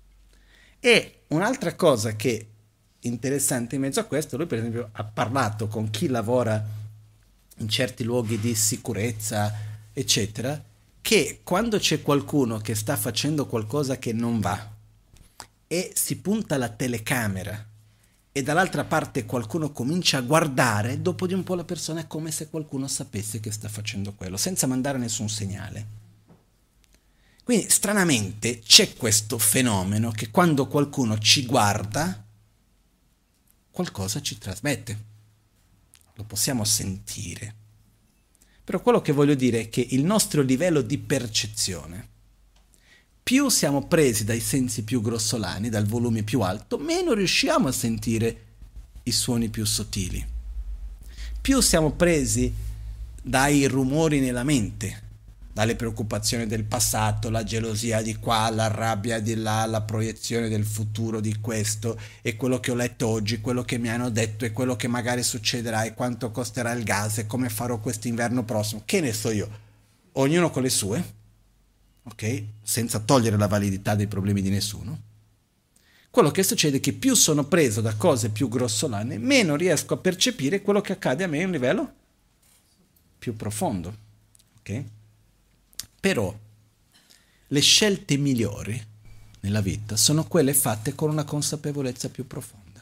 E un'altra cosa che è interessante in mezzo a questo, lui per esempio ha parlato con chi lavora in certi luoghi di sicurezza, eccetera, che quando c'è qualcuno che sta facendo qualcosa che non va e si punta la telecamera e dall'altra parte qualcuno comincia a guardare, dopo di un po' la persona è come se qualcuno sapesse che sta facendo quello, senza mandare nessun segnale. Quindi stranamente c'è questo fenomeno che quando qualcuno ci guarda, qualcosa ci trasmette. Lo possiamo sentire. Però quello che voglio dire è che il nostro livello di percezione, più siamo presi dai sensi più grossolani, dal volume più alto, meno riusciamo a sentire i suoni più sottili. Più siamo presi dai rumori nella mente, dalle preoccupazioni del passato, la gelosia di qua, la rabbia di là, la proiezione del futuro di questo, e quello che ho letto oggi, quello che mi hanno detto, e quello che magari succederà, e quanto costerà il gas, e come farò quest'inverno prossimo, che ne so io. Ognuno con le sue, ok? Senza togliere la validità dei problemi di nessuno. Quello che succede è che più sono preso da cose più grossolane, meno riesco a percepire quello che accade a me a un livello più profondo, ok? Però le scelte migliori nella vita sono quelle fatte con una consapevolezza più profonda.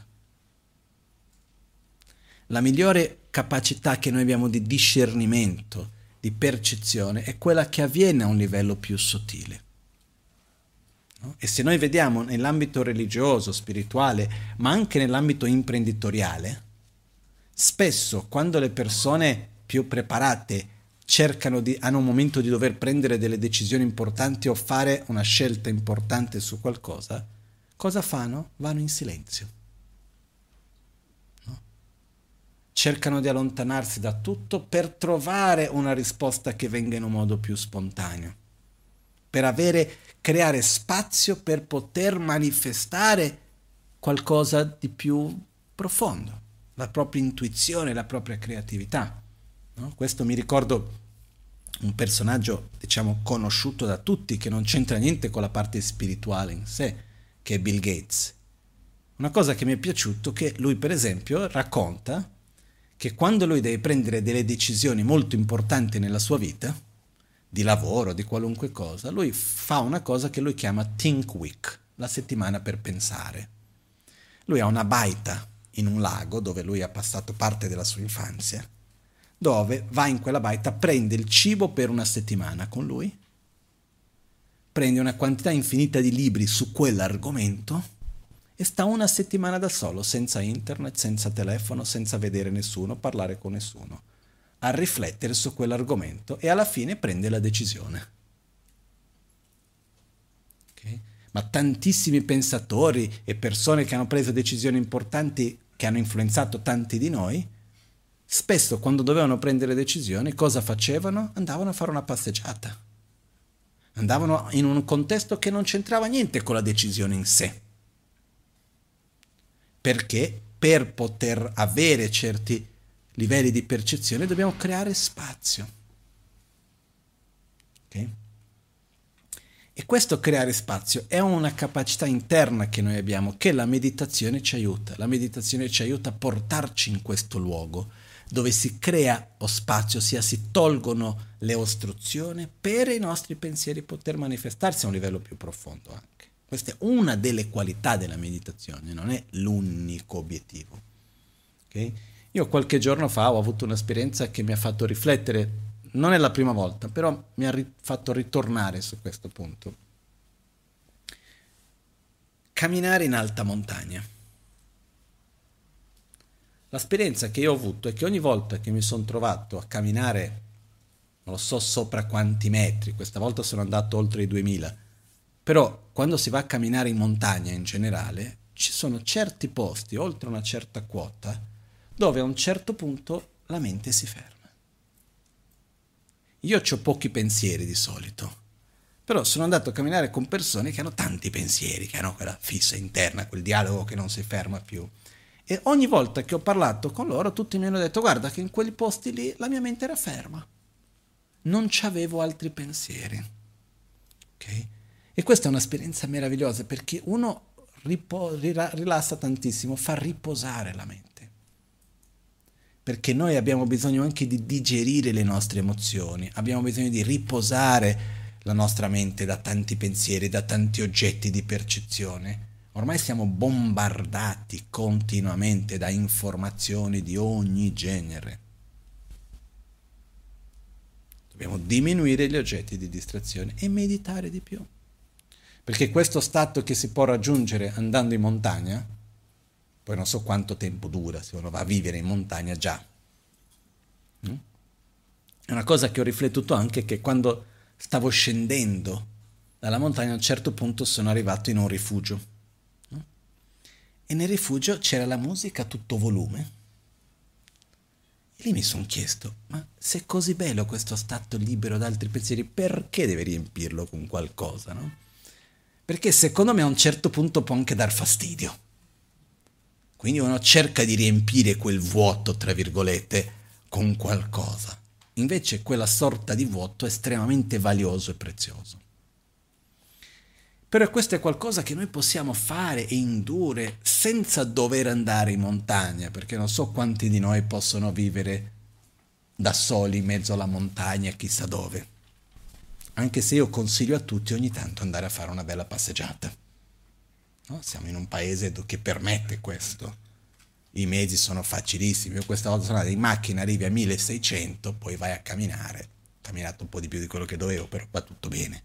La migliore capacità che noi abbiamo di discernimento, di percezione, è quella che avviene a un livello più sottile. No? E se noi vediamo nell'ambito religioso, spirituale, ma anche nell'ambito imprenditoriale, spesso quando le persone più preparate hanno un momento di dover prendere delle decisioni importanti o fare una scelta importante su qualcosa, cosa fanno? Vanno in silenzio. No? Cercano di allontanarsi da tutto per trovare una risposta che venga in un modo più spontaneo, per creare spazio per poter manifestare qualcosa di più profondo, la propria intuizione, la propria creatività. No? Questo mi ricordo un personaggio, diciamo, conosciuto da tutti, che non c'entra niente con la parte spirituale in sé, che è Bill Gates. Una cosa che mi è piaciuto è che lui, per esempio, racconta che quando lui deve prendere delle decisioni molto importanti nella sua vita, di lavoro, di qualunque cosa, lui fa una cosa che lui chiama Think Week. la settimana per pensare. Lui ha una baita in un lago dove lui ha passato parte della sua infanzia, dove va in quella baita, prende il cibo per una settimana con lui, prende una quantità infinita di libri su quell'argomento e sta una settimana da solo, senza internet, senza telefono, senza vedere nessuno, parlare con nessuno, a riflettere su quell'argomento e alla fine prende la decisione. Okay? Ma tantissimi pensatori e persone che hanno preso decisioni importanti, che hanno influenzato tanti di noi, spesso quando dovevano prendere decisioni, cosa facevano? Andavano a fare una passeggiata. Andavano in un contesto che non c'entrava niente con la decisione in sé. Perché per poter avere certi livelli di percezione dobbiamo creare spazio. Ok? E questo creare spazio è una capacità interna che noi abbiamo, che la meditazione ci aiuta. La meditazione ci aiuta a portarci in questo luogo dove si crea lo spazio, ossia si tolgono le ostruzioni per i nostri pensieri poter manifestarsi a un livello più profondo anche. Questa è una delle qualità della meditazione, non è l'unico obiettivo. Okay? Io qualche giorno fa ho avuto un'esperienza che mi ha fatto riflettere, non è la prima volta, però mi ha fatto ritornare su questo punto. Camminare in alta montagna. L'esperienza che io ho avuto è che ogni volta che mi sono trovato a camminare, non lo so sopra quanti metri, questa volta sono andato oltre i 2000, però quando si va a camminare in montagna in generale, ci sono certi posti, oltre una certa quota, dove a un certo punto la mente si ferma. Io ho pochi pensieri di solito, però sono andato a camminare con persone che hanno tanti pensieri, che hanno quella fissa interna, quel dialogo che non si ferma più. E ogni volta che ho parlato con loro, tutti mi hanno detto: guarda che in quei posti lì la mia mente era ferma. Non c'avevo altri pensieri. Ok? E questa è un'esperienza meravigliosa perché uno rilassa tantissimo, fa riposare la mente. Perché noi abbiamo bisogno anche di digerire le nostre emozioni, abbiamo bisogno di riposare la nostra mente da tanti pensieri, da tanti oggetti di percezione. Ormai siamo bombardati continuamente da informazioni di ogni genere. Dobbiamo diminuire gli oggetti di distrazione e meditare di più. Perché questo stato che si può raggiungere andando in montagna, poi non so quanto tempo dura se uno va a vivere in montagna già. È una cosa che ho riflettuto anche, che quando stavo scendendo dalla montagna a un certo punto sono arrivato in un rifugio. E nel rifugio c'era la musica a tutto volume. E lì mi sono chiesto, ma se è così bello questo stato libero da altri pensieri, perché deve riempirlo con qualcosa, no? Perché secondo me a un certo punto può anche dar fastidio. Quindi uno cerca di riempire quel vuoto, tra virgolette, con qualcosa. Invece quella sorta di vuoto è estremamente valioso e prezioso. Però questo è qualcosa che noi possiamo fare e indurre senza dover andare in montagna, perché non so quanti di noi possono vivere da soli in mezzo alla montagna, chissà dove. Anche se io consiglio a tutti ogni tanto andare a fare una bella passeggiata. No? Siamo in un paese che permette questo. I mezzi sono facilissimi. Io questa volta sono andato in macchina, arrivi a 1600, poi vai a camminare. Ho camminato un po' di più di quello che dovevo, però va tutto bene.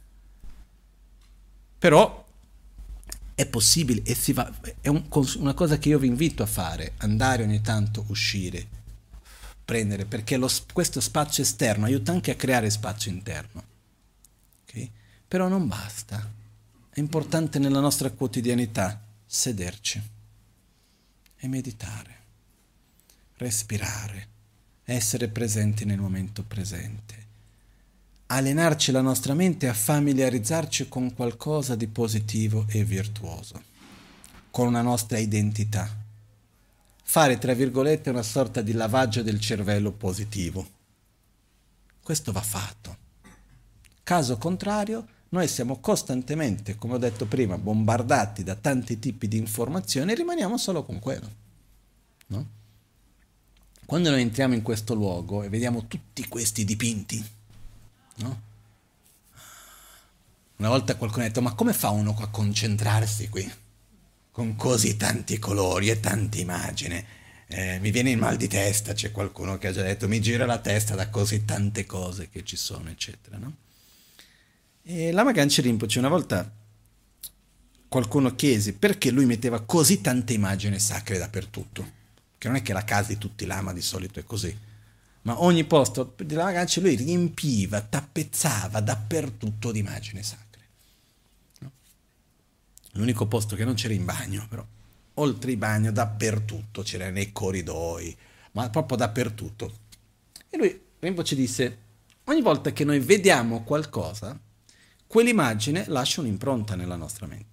Però è possibile e si va, è una cosa che io vi invito a fare, andare ogni tanto, uscire, prendere, perché questo spazio esterno aiuta anche a creare spazio interno. Okay? Però non basta. È importante nella nostra quotidianità sederci e meditare, respirare, essere presenti nel momento presente. Allenarci la nostra mente a familiarizzarci con qualcosa di positivo e virtuoso, con una nostra identità. Fare, tra virgolette, una sorta di lavaggio del cervello positivo. Questo va fatto. Caso contrario, noi siamo costantemente, come ho detto prima, bombardati da tanti tipi di informazioni e rimaniamo solo con quello. No? Quando noi entriamo in questo luogo e vediamo tutti questi dipinti, no? Una volta qualcuno ha detto, ma come fa uno a concentrarsi qui? Con così tanti colori e tante immagini. Mi viene il mal di testa, c'è qualcuno che ha già detto, mi gira la testa da così tante cose che ci sono, eccetera, no? E Lama Ganchen Rinpoche una volta qualcuno chiese perché lui metteva così tante immagini sacre dappertutto, che non è che la casa di tutti i lama di solito è così, ma ogni posto di Lama Ganchen lui riempiva, tappezzava dappertutto di immagini sacre, no? L'unico posto che non c'era in bagno, però oltre il bagno dappertutto, c'era nei corridoi, ma proprio dappertutto. E lui, Rinpoche disse, ogni volta che noi vediamo qualcosa, quell'immagine lascia un'impronta nella nostra mente.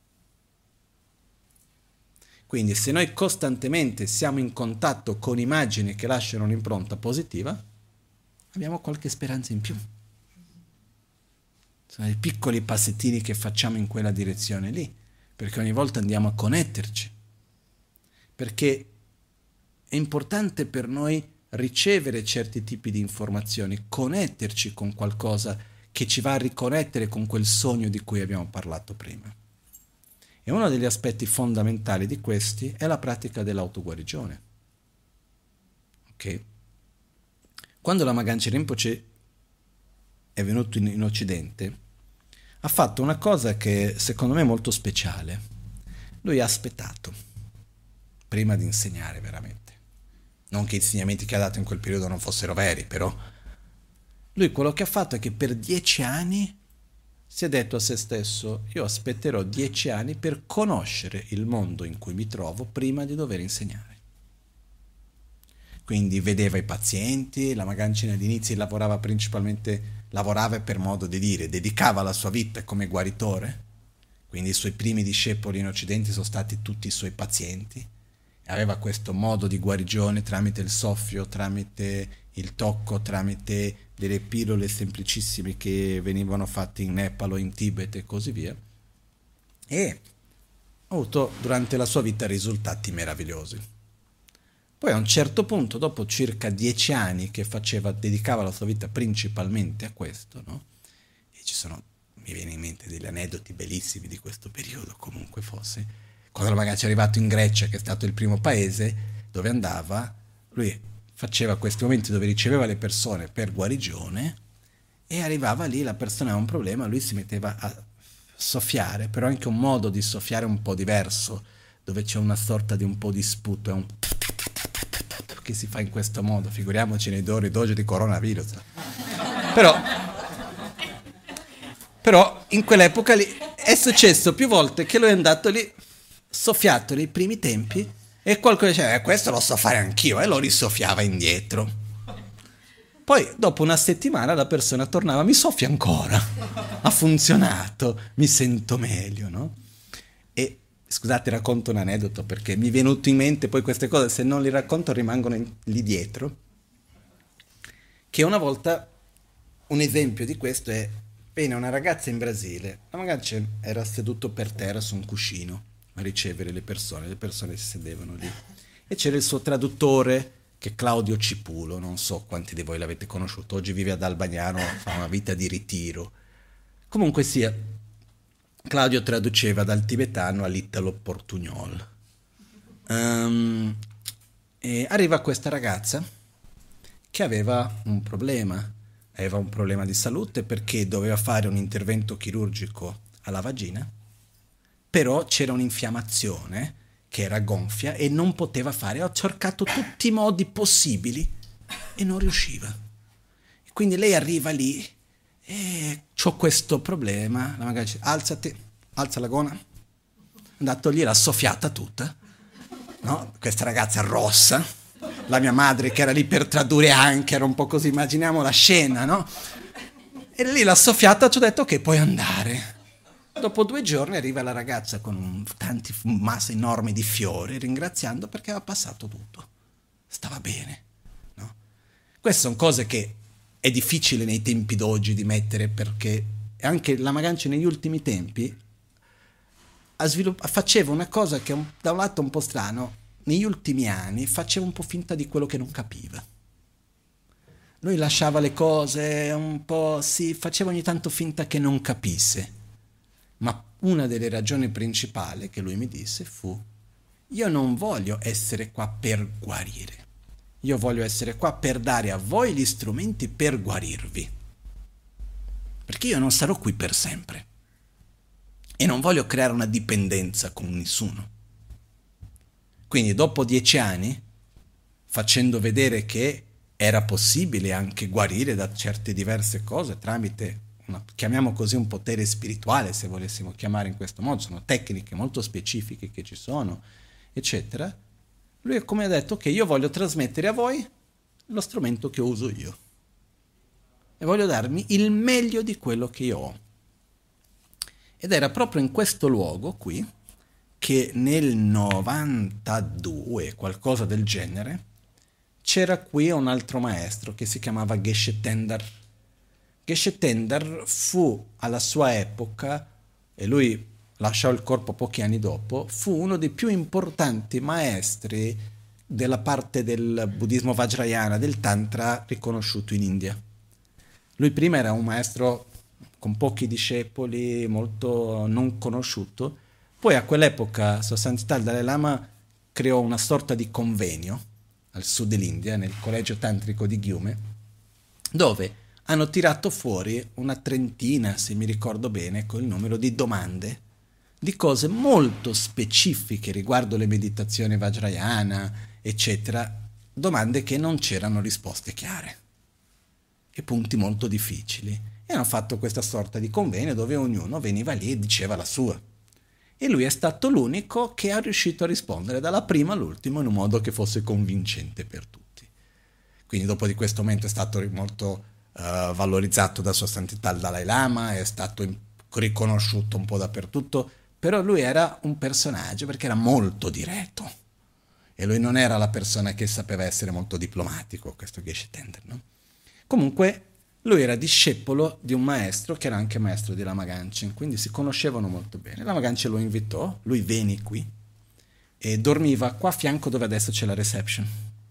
Quindi se noi costantemente siamo in contatto con immagini che lasciano un'impronta positiva, abbiamo qualche speranza in più. Sono i piccoli passettini che facciamo in quella direzione lì, perché ogni volta andiamo a connetterci. Perché è importante per noi ricevere certi tipi di informazioni, connetterci con qualcosa che ci va a riconnettere con quel sogno di cui abbiamo parlato prima. E uno degli aspetti fondamentali di questi è la pratica dell'autoguarigione. Ok? Quando Lama Ganchen Rinpoche è venuto in Occidente, ha fatto una cosa che secondo me è molto speciale. Lui ha aspettato prima di insegnare veramente. Non che gli insegnamenti che ha dato in quel periodo non fossero veri, però lui quello che ha fatto è che per 10 anni si è detto a se stesso, io aspetterò 10 anni per conoscere il mondo in cui mi trovo prima di dover insegnare. Quindi vedeva i pazienti, Lama Ganchen all'inizio lavorava per modo di dire, dedicava la sua vita come guaritore, quindi i suoi primi discepoli in Occidente sono stati tutti i suoi pazienti, aveva questo modo di guarigione tramite il soffio, tramite il tocco, tramite delle pillole semplicissime che venivano fatte in Nepal o in Tibet e così via, e ha avuto durante la sua vita risultati meravigliosi. Poi a un certo punto, dopo circa 10 anni che dedicava la sua vita principalmente a questo, no? E mi viene in mente degli aneddoti bellissimi di questo periodo, comunque fosse, quando magari è arrivato in Grecia, che è stato il primo paese dove andava, lui faceva questi momenti dove riceveva le persone per guarigione e arrivava lì, la persona aveva un problema, lui si metteva a soffiare, però anche un modo di soffiare un po' diverso, dove c'è una sorta di un po' di sputo, è un che si fa in questo modo, figuriamoci nei doge di coronavirus. Però in quell'epoca lì è successo più volte che lui è andato lì, soffiato nei primi tempi, e qualcuno diceva, questo lo so fare anch'io, e lo risoffiava indietro. Poi dopo una settimana la persona tornava, mi soffia ancora, ha funzionato, mi sento meglio, no? E scusate, racconto un aneddoto perché mi è venuto in mente, poi queste cose se non li racconto rimangono lì dietro, che una volta un esempio di questo è, viene una ragazza in Brasile, la ragazza era seduto per terra su un cuscino a ricevere le persone si sedevano lì e c'era il suo traduttore che è Claudio Cipulo, non so quanti di voi l'avete conosciuto, oggi vive ad Albagnano, fa una vita di ritiro, comunque sia, Claudio traduceva dal tibetano all'italo portugnol. E arriva questa ragazza che aveva un problema di salute perché doveva fare un intervento chirurgico alla vagina, però c'era un'infiammazione che era gonfia e non poteva fare, ho cercato tutti i modi possibili e non riusciva. E quindi lei arriva lì e c'ho questo problema, la magari dice, alzati, alza la gonna, è andato lì, l'ha soffiata tutta, no? Questa ragazza rossa, la mia madre che era lì per tradurre anche, era un po' così, immaginiamo la scena, no? E lì l'ha soffiata, ci ho detto che puoi andare. Dopo 2 giorni arriva la ragazza con tanti masse enormi di fiori, ringraziando perché aveva passato tutto, stava bene, no? Queste sono cose che è difficile nei tempi d'oggi di mettere, perché anche Lama Ganchen negli ultimi tempi faceva una cosa che da un lato un po' strano, negli ultimi anni faceva un po' finta di quello che non capiva. Lui lasciava le cose un po', sì, faceva ogni tanto finta che non capisse. Ma una delle ragioni principali che lui mi disse fu: io non voglio essere qua per guarire. Io voglio essere qua per dare a voi gli strumenti per guarirvi. Perché io non sarò qui per sempre. E non voglio creare una dipendenza con nessuno. Quindi dopo 10 anni, facendo vedere che era possibile anche guarire da certe diverse cose tramite, chiamiamo così, un potere spirituale, se volessimo chiamare in questo modo, sono tecniche molto specifiche che ci sono, eccetera, lui come ha detto che io voglio trasmettere a voi lo strumento che uso io e voglio darmi il meglio di quello che io ho. Ed era proprio in questo luogo qui che nel 92, qualcosa del genere, c'era qui un altro maestro che si chiamava Geshe Tendar. Geshe Tendar fu alla sua epoca, e lui lasciò il corpo pochi anni dopo, fu uno dei più importanti maestri della parte del buddismo vajrayana, del tantra, riconosciuto in India. Lui prima era un maestro con pochi discepoli, molto non conosciuto. Poi a quell'epoca Sua Santità il Dalai Lama creò una sorta di convegno al sud dell'India, nel collegio tantrico di Gyume, dove hanno tirato fuori una trentina, se mi ricordo bene, con il numero di domande, di cose molto specifiche riguardo le meditazioni vajrayana, eccetera, domande che non c'erano risposte chiare e punti molto difficili. E hanno fatto questa sorta di convegno dove ognuno veniva lì e diceva la sua. E lui è stato l'unico che è riuscito a rispondere dalla prima all'ultima in un modo che fosse convincente per tutti. Quindi dopo di questo momento è stato molto valorizzato da Sua Santità il Dalai Lama, è stato riconosciuto un po' dappertutto, però lui era un personaggio perché era molto diretto e lui non era la persona che sapeva essere molto diplomatico, questo Geshe Tender, no? Comunque lui era discepolo di un maestro che era anche maestro di Lama Ganchen, quindi si conoscevano molto bene. Lama Ganchen lo invitò, lui venne qui e dormiva qua a fianco dove adesso c'è la reception.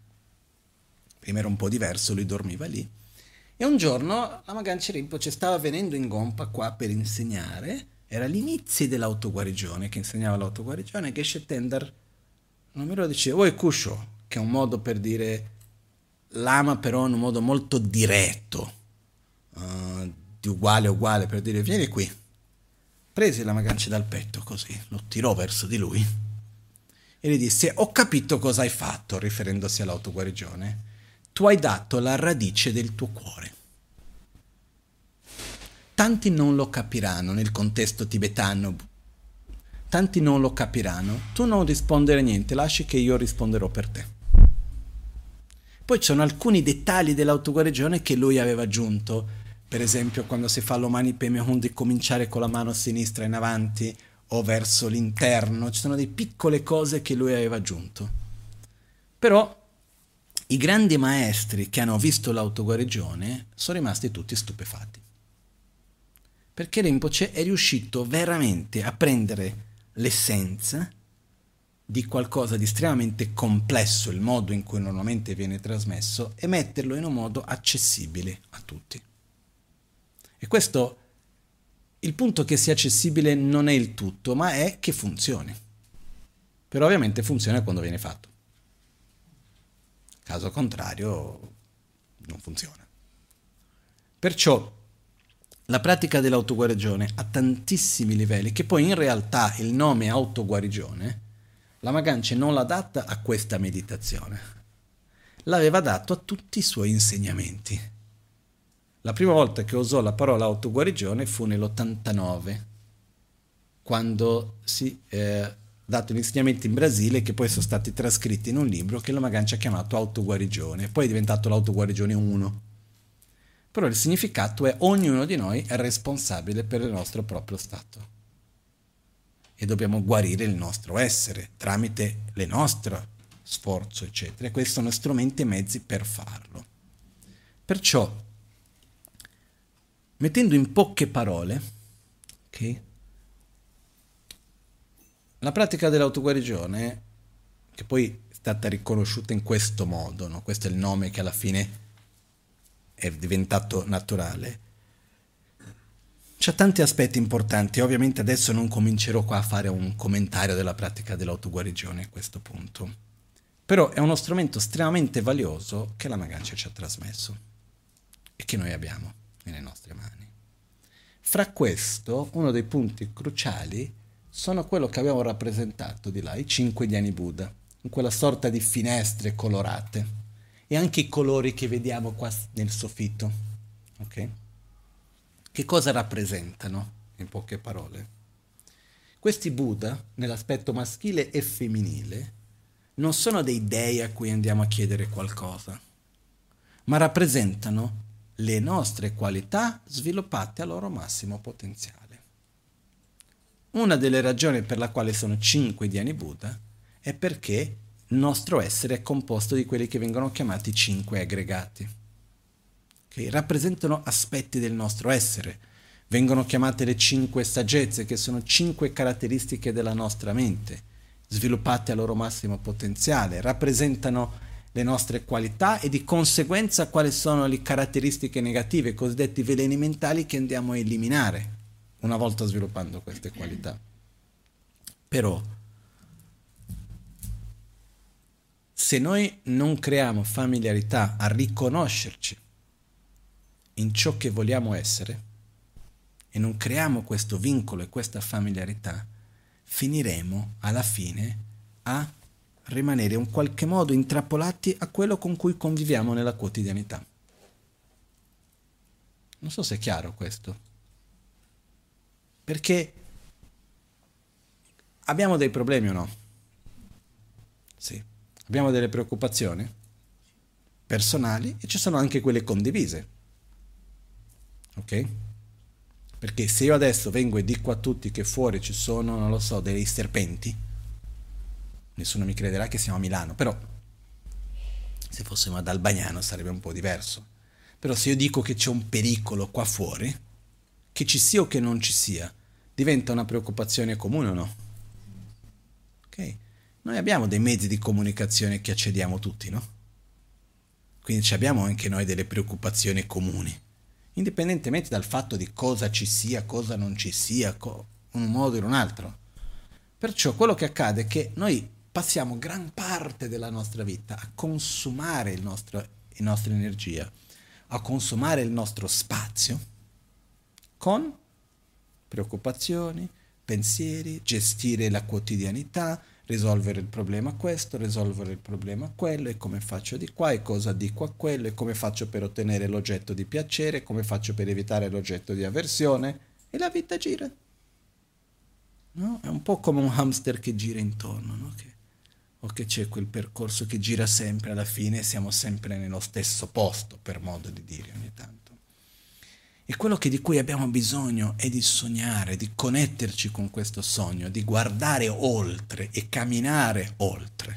Prima era un po' diverso, lui dormiva lì. E un giorno Lama Ganchen Rinpoche stava venendo in Gompa qua per insegnare, era l'inizio dell'autoguarigione, che insegnava l'autoguarigione, e Geshe Tendar non me lo diceva, Oi Kusho, che è un modo per dire Lama però in un modo molto diretto, di uguale a uguale, per dire vieni qui. Prese Lama Ganchen dal petto così, lo tirò verso di lui e gli disse: ho capito cosa hai fatto, riferendosi all'autoguarigione. Tu hai dato la radice del tuo cuore. Tanti non lo capiranno nel contesto tibetano, tanti non lo capiranno. Tu non rispondere niente, lasci che io risponderò per te. Poi ci sono alcuni dettagli dell'autoguarigione che lui aveva aggiunto, per esempio quando si fa l'Omani Padme Hum di cominciare con la mano sinistra in avanti o verso l'interno, ci sono delle piccole cose che lui aveva aggiunto. Però i grandi maestri che hanno visto l'autoguarigione sono rimasti tutti stupefatti, perché Rinpoche è riuscito veramente a prendere l'essenza di qualcosa di estremamente complesso, il modo in cui normalmente viene trasmesso, e metterlo in un modo accessibile a tutti. E questo, il punto che sia accessibile non è il tutto, ma è che funzioni. Però ovviamente funziona quando viene fatto. Caso contrario, non funziona. Perciò la pratica dell'autoguarigione ha tantissimi livelli, che poi in realtà il nome autoguarigione Lama Ganchen non l'ha data a questa meditazione, l'aveva dato a tutti i suoi insegnamenti. La prima volta che usò la parola autoguarigione fu nell'89, quando si dato gli insegnamenti in Brasile che poi sono stati trascritti in un libro che Lama Ganchen ha chiamato Autoguarigione, poi è diventato l'Autoguarigione 1. Però il significato è: ognuno di noi è responsabile per il nostro proprio stato e dobbiamo guarire il nostro essere tramite le nostre sforzo, eccetera. E questi sono strumenti e mezzi per farlo. Perciò, mettendo in poche parole, okay, la pratica dell'autoguarigione, che poi è stata riconosciuta in questo modo, no? Questo è il nome che alla fine è diventato naturale, c'è tanti aspetti importanti. Ovviamente adesso non comincerò qua a fare un commentario della pratica dell'autoguarigione a questo punto, però è uno strumento estremamente valioso che la Magancia ci ha trasmesso e che noi abbiamo nelle nostre mani. Fra questo, uno dei punti cruciali sono quello che abbiamo rappresentato di là, i 5 Dhyani Buddha, in quella sorta di finestre colorate, e anche i colori che vediamo qua nel soffitto. Ok? Che cosa rappresentano, in poche parole? Questi Buddha, nell'aspetto maschile e femminile, non sono dei dei a cui andiamo a chiedere qualcosa, ma rappresentano le nostre qualità sviluppate al loro massimo potenziale. Una delle ragioni per la quale sono 5 Dhyani Buddha è perché il nostro essere è composto di quelli che vengono chiamati 5 aggregati, che rappresentano aspetti del nostro essere. Vengono chiamate le 5 saggezze, che sono 5 caratteristiche della nostra mente, sviluppate al loro massimo potenziale, rappresentano le nostre qualità e di conseguenza quali sono le caratteristiche negative, i cosiddetti veleni mentali che andiamo a eliminare una volta sviluppando queste qualità. Però, se noi non creiamo familiarità a riconoscerci in ciò che vogliamo essere e non creiamo questo vincolo e questa familiarità, finiremo alla fine a rimanere in qualche modo intrappolati a quello con cui conviviamo nella quotidianità. Non so se è chiaro questo. Perché abbiamo dei problemi o no? Sì. Abbiamo delle preoccupazioni personali e ci sono anche quelle condivise. Ok? Perché se io adesso vengo e dico a tutti che fuori ci sono, non lo so, dei serpenti, nessuno mi crederà che siamo a Milano, però se fossimo ad Albagnano sarebbe un po' diverso. Però se io dico che c'è un pericolo qua fuori, che ci sia o che non ci sia, diventa una preoccupazione comune o no? Ok? Noi abbiamo dei mezzi di comunicazione che accediamo tutti, no? Quindi abbiamo anche noi delle preoccupazioni comuni, indipendentemente dal fatto di cosa ci sia, cosa non ci sia, un modo o in un altro. Perciò quello che accade è che noi passiamo gran parte della nostra vita a consumare la nostra energia, a consumare il nostro spazio con preoccupazioni, pensieri, gestire la quotidianità, risolvere il problema questo, risolvere il problema quello, e come faccio di qua, e cosa dico a quello, e come faccio per ottenere l'oggetto di piacere, come faccio per evitare l'oggetto di avversione, e la vita gira. No? È un po' come un hamster che gira intorno, no? O che c'è quel percorso che gira sempre, alla fine siamo sempre nello stesso posto, per modo di dire ogni tanto. E quello di cui abbiamo bisogno è di sognare, di connetterci con questo sogno, di guardare oltre e camminare oltre.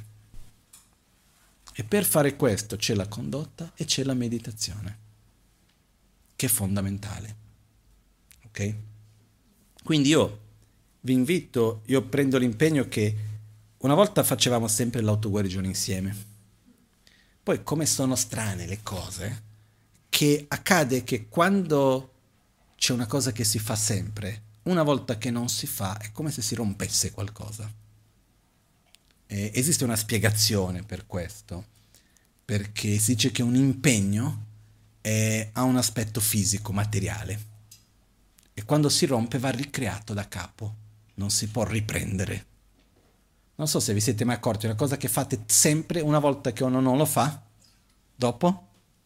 E per fare questo c'è la condotta e c'è la meditazione, che è fondamentale. Ok? Quindi io vi invito, io prendo l'impegno che una volta facevamo sempre l'autoguarigione insieme. Poi come sono strane le cose, che accade che quando c'è una cosa che si fa sempre, una volta che non si fa è come se si rompesse qualcosa. Esiste una spiegazione per questo, perché si dice che un impegno ha un aspetto fisico, materiale, e quando si rompe va ricreato da capo, non si può riprendere. Non so se vi siete mai accorti, è una cosa che fate sempre, una volta che uno non lo fa, dopo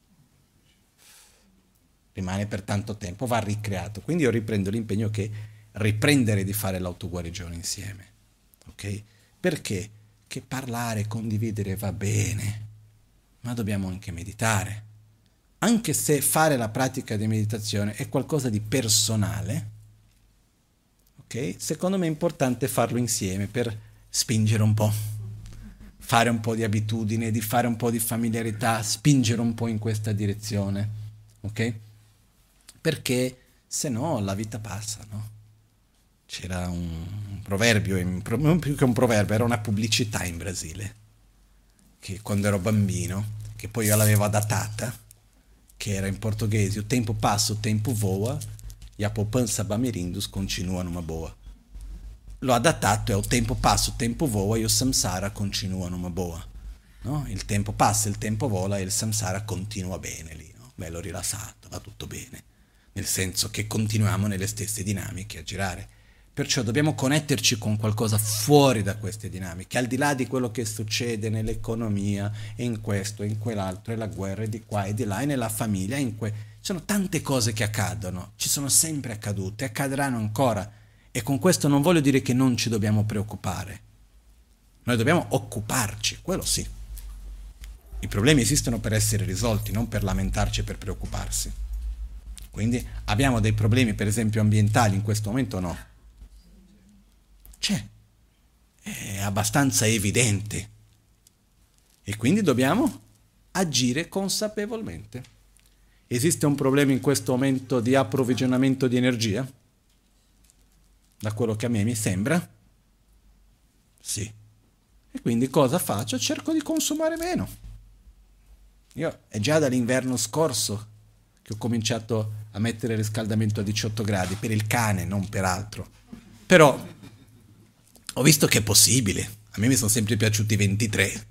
rimane per tanto tempo, va ricreato. Quindi io riprendo l'impegno che riprendere di fare l'autoguarigione insieme. Ok? Perché? Che parlare, condividere va bene, ma dobbiamo anche meditare. Anche se fare la pratica di meditazione è qualcosa di personale, ok? Secondo me è importante farlo insieme per spingere un po', fare un po' di abitudine, di fare un po' di familiarità, spingere un po' in questa direzione, ok? Perché se no la vita passa, no? C'era un proverbio, non più che un proverbio, era una pubblicità in Brasile, che quando ero bambino, che poi io l'avevo adattata, che era in portoghese, o tempo passa, o tempo voa, e a poupança Bamirindus continua numa boa. L'ho adattato, è o tempo passa, o tempo voa, e o samsara continua numa boa. No? Il tempo passa, il tempo vola, e il samsara continua bene lì, no? Bello rilassato, va tutto bene. Nel senso che continuiamo nelle stesse dinamiche a girare. Perciò dobbiamo connetterci con qualcosa fuori da queste dinamiche, al di là di quello che succede nell'economia, e in questo, e in quell'altro, e la guerra, e di qua e di là, e nella famiglia, ci sono tante cose che accadono, ci sono sempre accadute, accadranno ancora, e con questo non voglio dire che non ci dobbiamo preoccupare. Noi dobbiamo occuparci, quello sì. I problemi esistono per essere risolti, non per lamentarci e per preoccuparsi. Quindi abbiamo dei problemi, per esempio, ambientali in questo momento o no? C'è, è abbastanza evidente, e quindi dobbiamo agire consapevolmente. Esiste un problema in questo momento di approvvigionamento di energia? Da quello che a me mi sembra? Sì. E quindi cosa faccio? Cerco di consumare meno. Io è già dall'inverno scorso che ho cominciato a mettere il riscaldamento a 18 gradi, per il cane, non per altro. Però ho visto che è possibile. A me mi sono sempre piaciuti 23.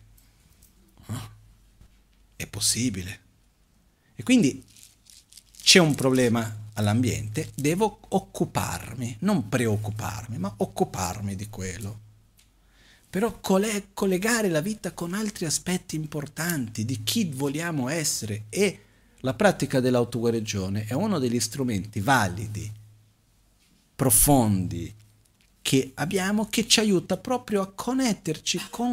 È possibile. E quindi c'è un problema all'ambiente, devo occuparmi, non preoccuparmi, ma occuparmi di quello. Però collegare la vita con altri aspetti importanti di chi vogliamo essere, e la pratica dell'autoguarigione è uno degli strumenti validi, profondi, che abbiamo, che ci aiuta proprio a connetterci con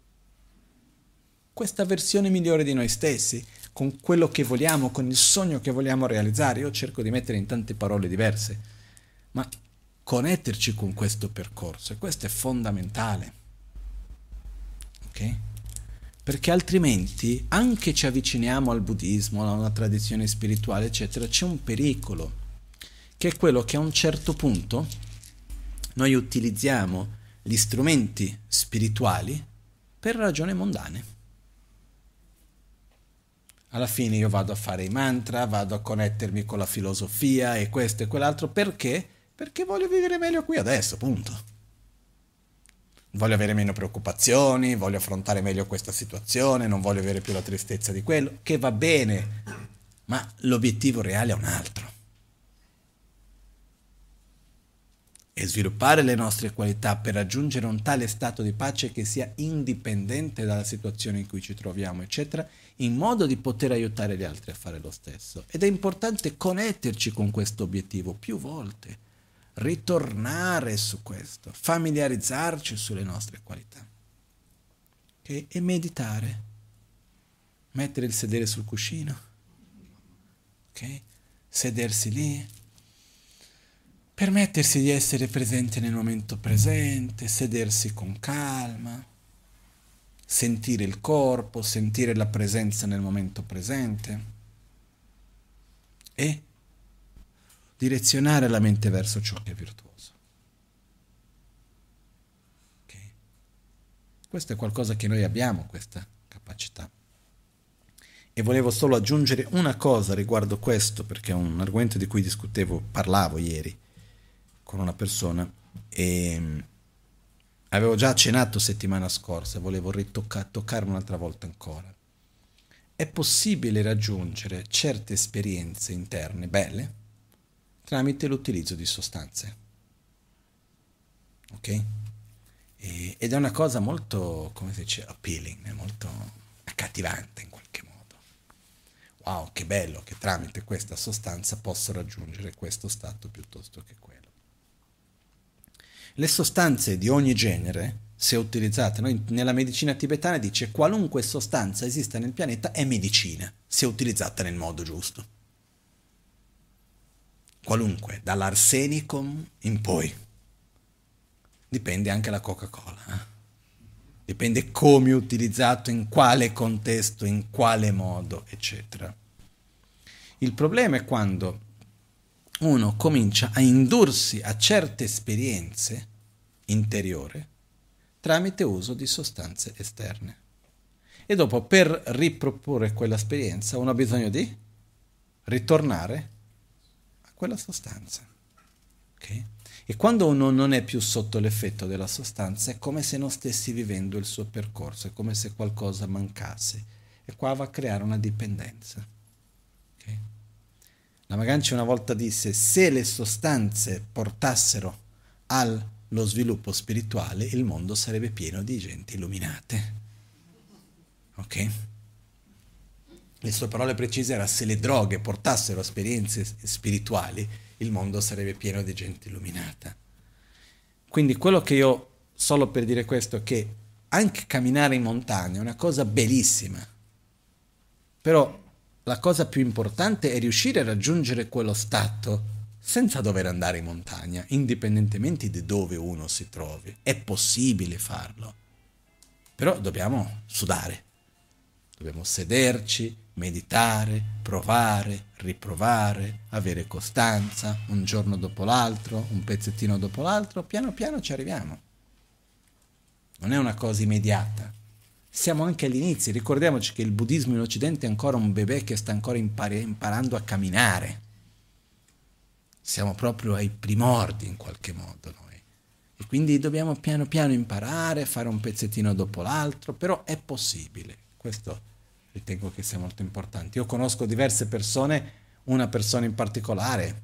questa versione migliore di noi stessi, con quello che vogliamo, con il sogno che vogliamo realizzare. Io cerco di mettere in tante parole diverse, ma connetterci con questo percorso, e questo è fondamentale, ok? Perché altrimenti, anche ci avviciniamo al buddismo, a una tradizione spirituale, eccetera, c'è un pericolo, che è quello che a un certo punto noi utilizziamo gli strumenti spirituali per ragioni mondane. Alla fine io vado a fare i mantra, vado a connettermi con la filosofia e questo e quell'altro, perché? Perché voglio vivere meglio qui adesso, punto. Voglio avere meno preoccupazioni, voglio affrontare meglio questa situazione, non voglio avere più la tristezza di quello, che va bene, ma l'obiettivo reale è un altro. E sviluppare le nostre qualità per raggiungere un tale stato di pace che sia indipendente dalla situazione in cui ci troviamo, eccetera, in modo di poter aiutare gli altri a fare lo stesso. Ed è importante connetterci con questo obiettivo più volte, ritornare su questo, familiarizzarci sulle nostre qualità. Okay? E meditare, mettere il sedere sul cuscino, okay? Sedersi lì, permettersi di essere presente nel momento presente, sedersi con calma, sentire il corpo, sentire la presenza nel momento presente e direzionare la mente verso ciò che è virtuoso. Okay? Questo è qualcosa che noi abbiamo, questa capacità. E volevo solo aggiungere una cosa riguardo questo, perché è un argomento di cui parlavo ieri con una persona, e avevo già accennato settimana scorsa, volevo toccarlo un'altra volta ancora. È possibile raggiungere certe esperienze interne belle tramite l'utilizzo di sostanze, ok? Ed è una cosa molto, come si dice, appealing, molto accattivante in qualche modo. Wow, che bello che tramite questa sostanza posso raggiungere questo stato piuttosto che quello. Le sostanze di ogni genere, se utilizzate, nella medicina tibetana dice qualunque sostanza esista nel pianeta è medicina, se utilizzata nel modo giusto. Qualunque, dall'arsenicum in poi. Dipende anche la Coca-Cola. Dipende come utilizzato, in quale contesto, in quale modo, eccetera. Il problema è quando uno comincia a indursi a certe esperienze interiori tramite uso di sostanze esterne. E dopo, per riproporre quell'esperienza, uno ha bisogno di ritornare a quella sostanza. Ok? E quando uno non è più sotto l'effetto della sostanza, è come se non stessi vivendo il suo percorso, è come se qualcosa mancasse. E qua va a creare una dipendenza. Okay? La Magancia una volta disse: se le sostanze portassero allo sviluppo spirituale, il mondo sarebbe pieno di gente illuminate. Ok? Le sue parole precise erano: se le droghe portassero esperienze spirituali, il mondo sarebbe pieno di gente illuminata. Quindi quello che io, solo per dire questo, è che anche camminare in montagna è una cosa bellissima, però la cosa più importante è riuscire a raggiungere quello stato senza dover andare in montagna, indipendentemente da dove uno si trovi. È possibile farlo, però dobbiamo sudare, dobbiamo sederci, meditare, provare, riprovare, avere costanza, un giorno dopo l'altro, un pezzettino dopo l'altro, piano piano ci arriviamo. Non è una cosa immediata. Siamo anche all'inizio, ricordiamoci che il buddismo in Occidente è ancora un bebè che sta ancora imparando a camminare. Siamo proprio ai primordi in qualche modo noi. E quindi dobbiamo piano piano imparare, fare un pezzettino dopo l'altro, però è possibile. Questo ritengo che sia molto importante. Io conosco diverse persone, una persona in particolare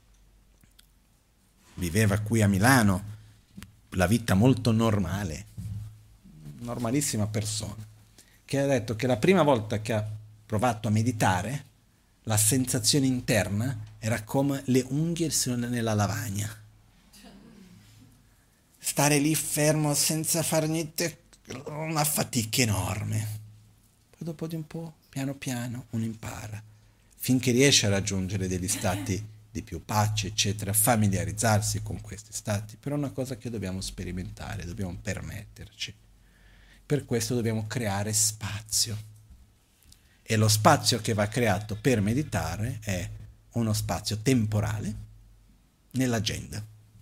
viveva qui a Milano, la vita molto normale, normalissima persona, che ha detto che la prima volta che ha provato a meditare, la sensazione interna era come le unghie sono nella lavagna. Stare lì fermo senza fare niente, una fatica enorme. Poi dopo di un po', piano piano, uno impara, finché riesce a raggiungere degli stati di più pace, eccetera, familiarizzarsi con questi stati, però è una cosa che dobbiamo sperimentare, dobbiamo permetterci. Per questo dobbiamo creare spazio. E lo spazio che va creato per meditare è uno spazio temporale nell'agenda.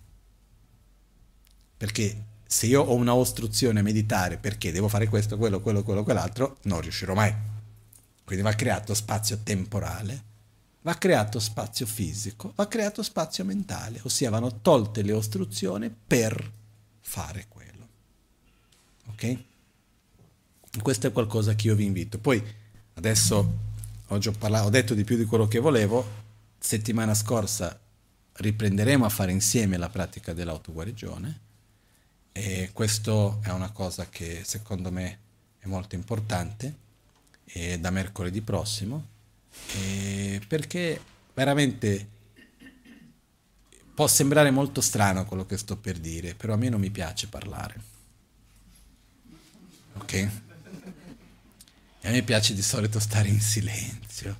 Perché se io ho una ostruzione a meditare perché devo fare questo, quello, quell'altro, non riuscirò mai. Quindi va creato spazio temporale, va creato spazio fisico, va creato spazio mentale, ossia vanno tolte le ostruzioni per fare quello. Ok? Questo è qualcosa che io vi invito. Poi adesso oggi ho detto di più di quello che volevo. Settimana scorsa riprenderemo a fare insieme la pratica dell'autoguarigione e questo è una cosa che secondo me è molto importante, e da mercoledì prossimo, perché veramente può sembrare molto strano quello che sto per dire, però a me non mi piace parlare, ok? E a me piace di solito stare in silenzio.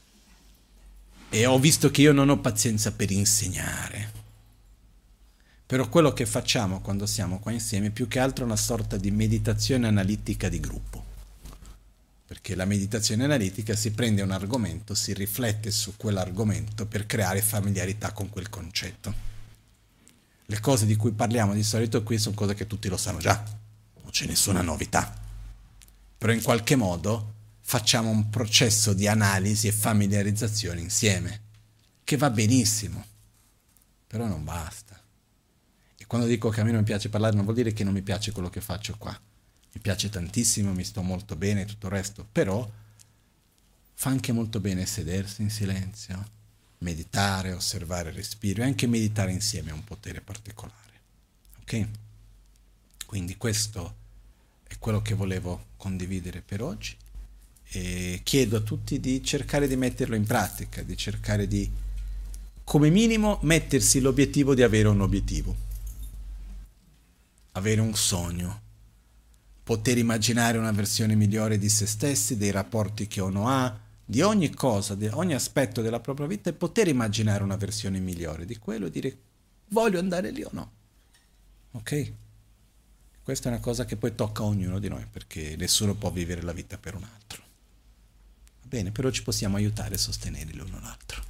E ho visto che io non ho pazienza per insegnare. Però quello che facciamo quando siamo qua insieme è più che altro una sorta di meditazione analitica di gruppo. Perché la meditazione analitica si prende un argomento, si riflette su quell'argomento per creare familiarità con quel concetto. Le cose di cui parliamo di solito qui sono cose che tutti lo sanno già, non c'è nessuna novità. Però in qualche modo facciamo un processo di analisi e familiarizzazione insieme, che va benissimo, però non basta. E quando dico che a me non mi piace parlare non vuol dire che non mi piace quello che faccio qua. Mi piace tantissimo, mi sto molto bene e tutto il resto, però fa anche molto bene sedersi in silenzio, meditare, osservare il respiro e anche meditare insieme è un potere particolare. Ok? Quindi questo è quello che volevo condividere per oggi e chiedo a tutti di cercare di metterlo in pratica, di cercare di, come minimo, mettersi l'obiettivo di avere un obiettivo, avere un sogno, poter immaginare una versione migliore di se stessi, dei rapporti che uno ha, di ogni cosa, di ogni aspetto della propria vita e poter immaginare una versione migliore di quello e dire voglio andare lì o no. Ok? Questa è una cosa che poi tocca a ognuno di noi perché nessuno può vivere la vita per un altro. Va bene, però ci possiamo aiutare e sostenere l'uno l'altro.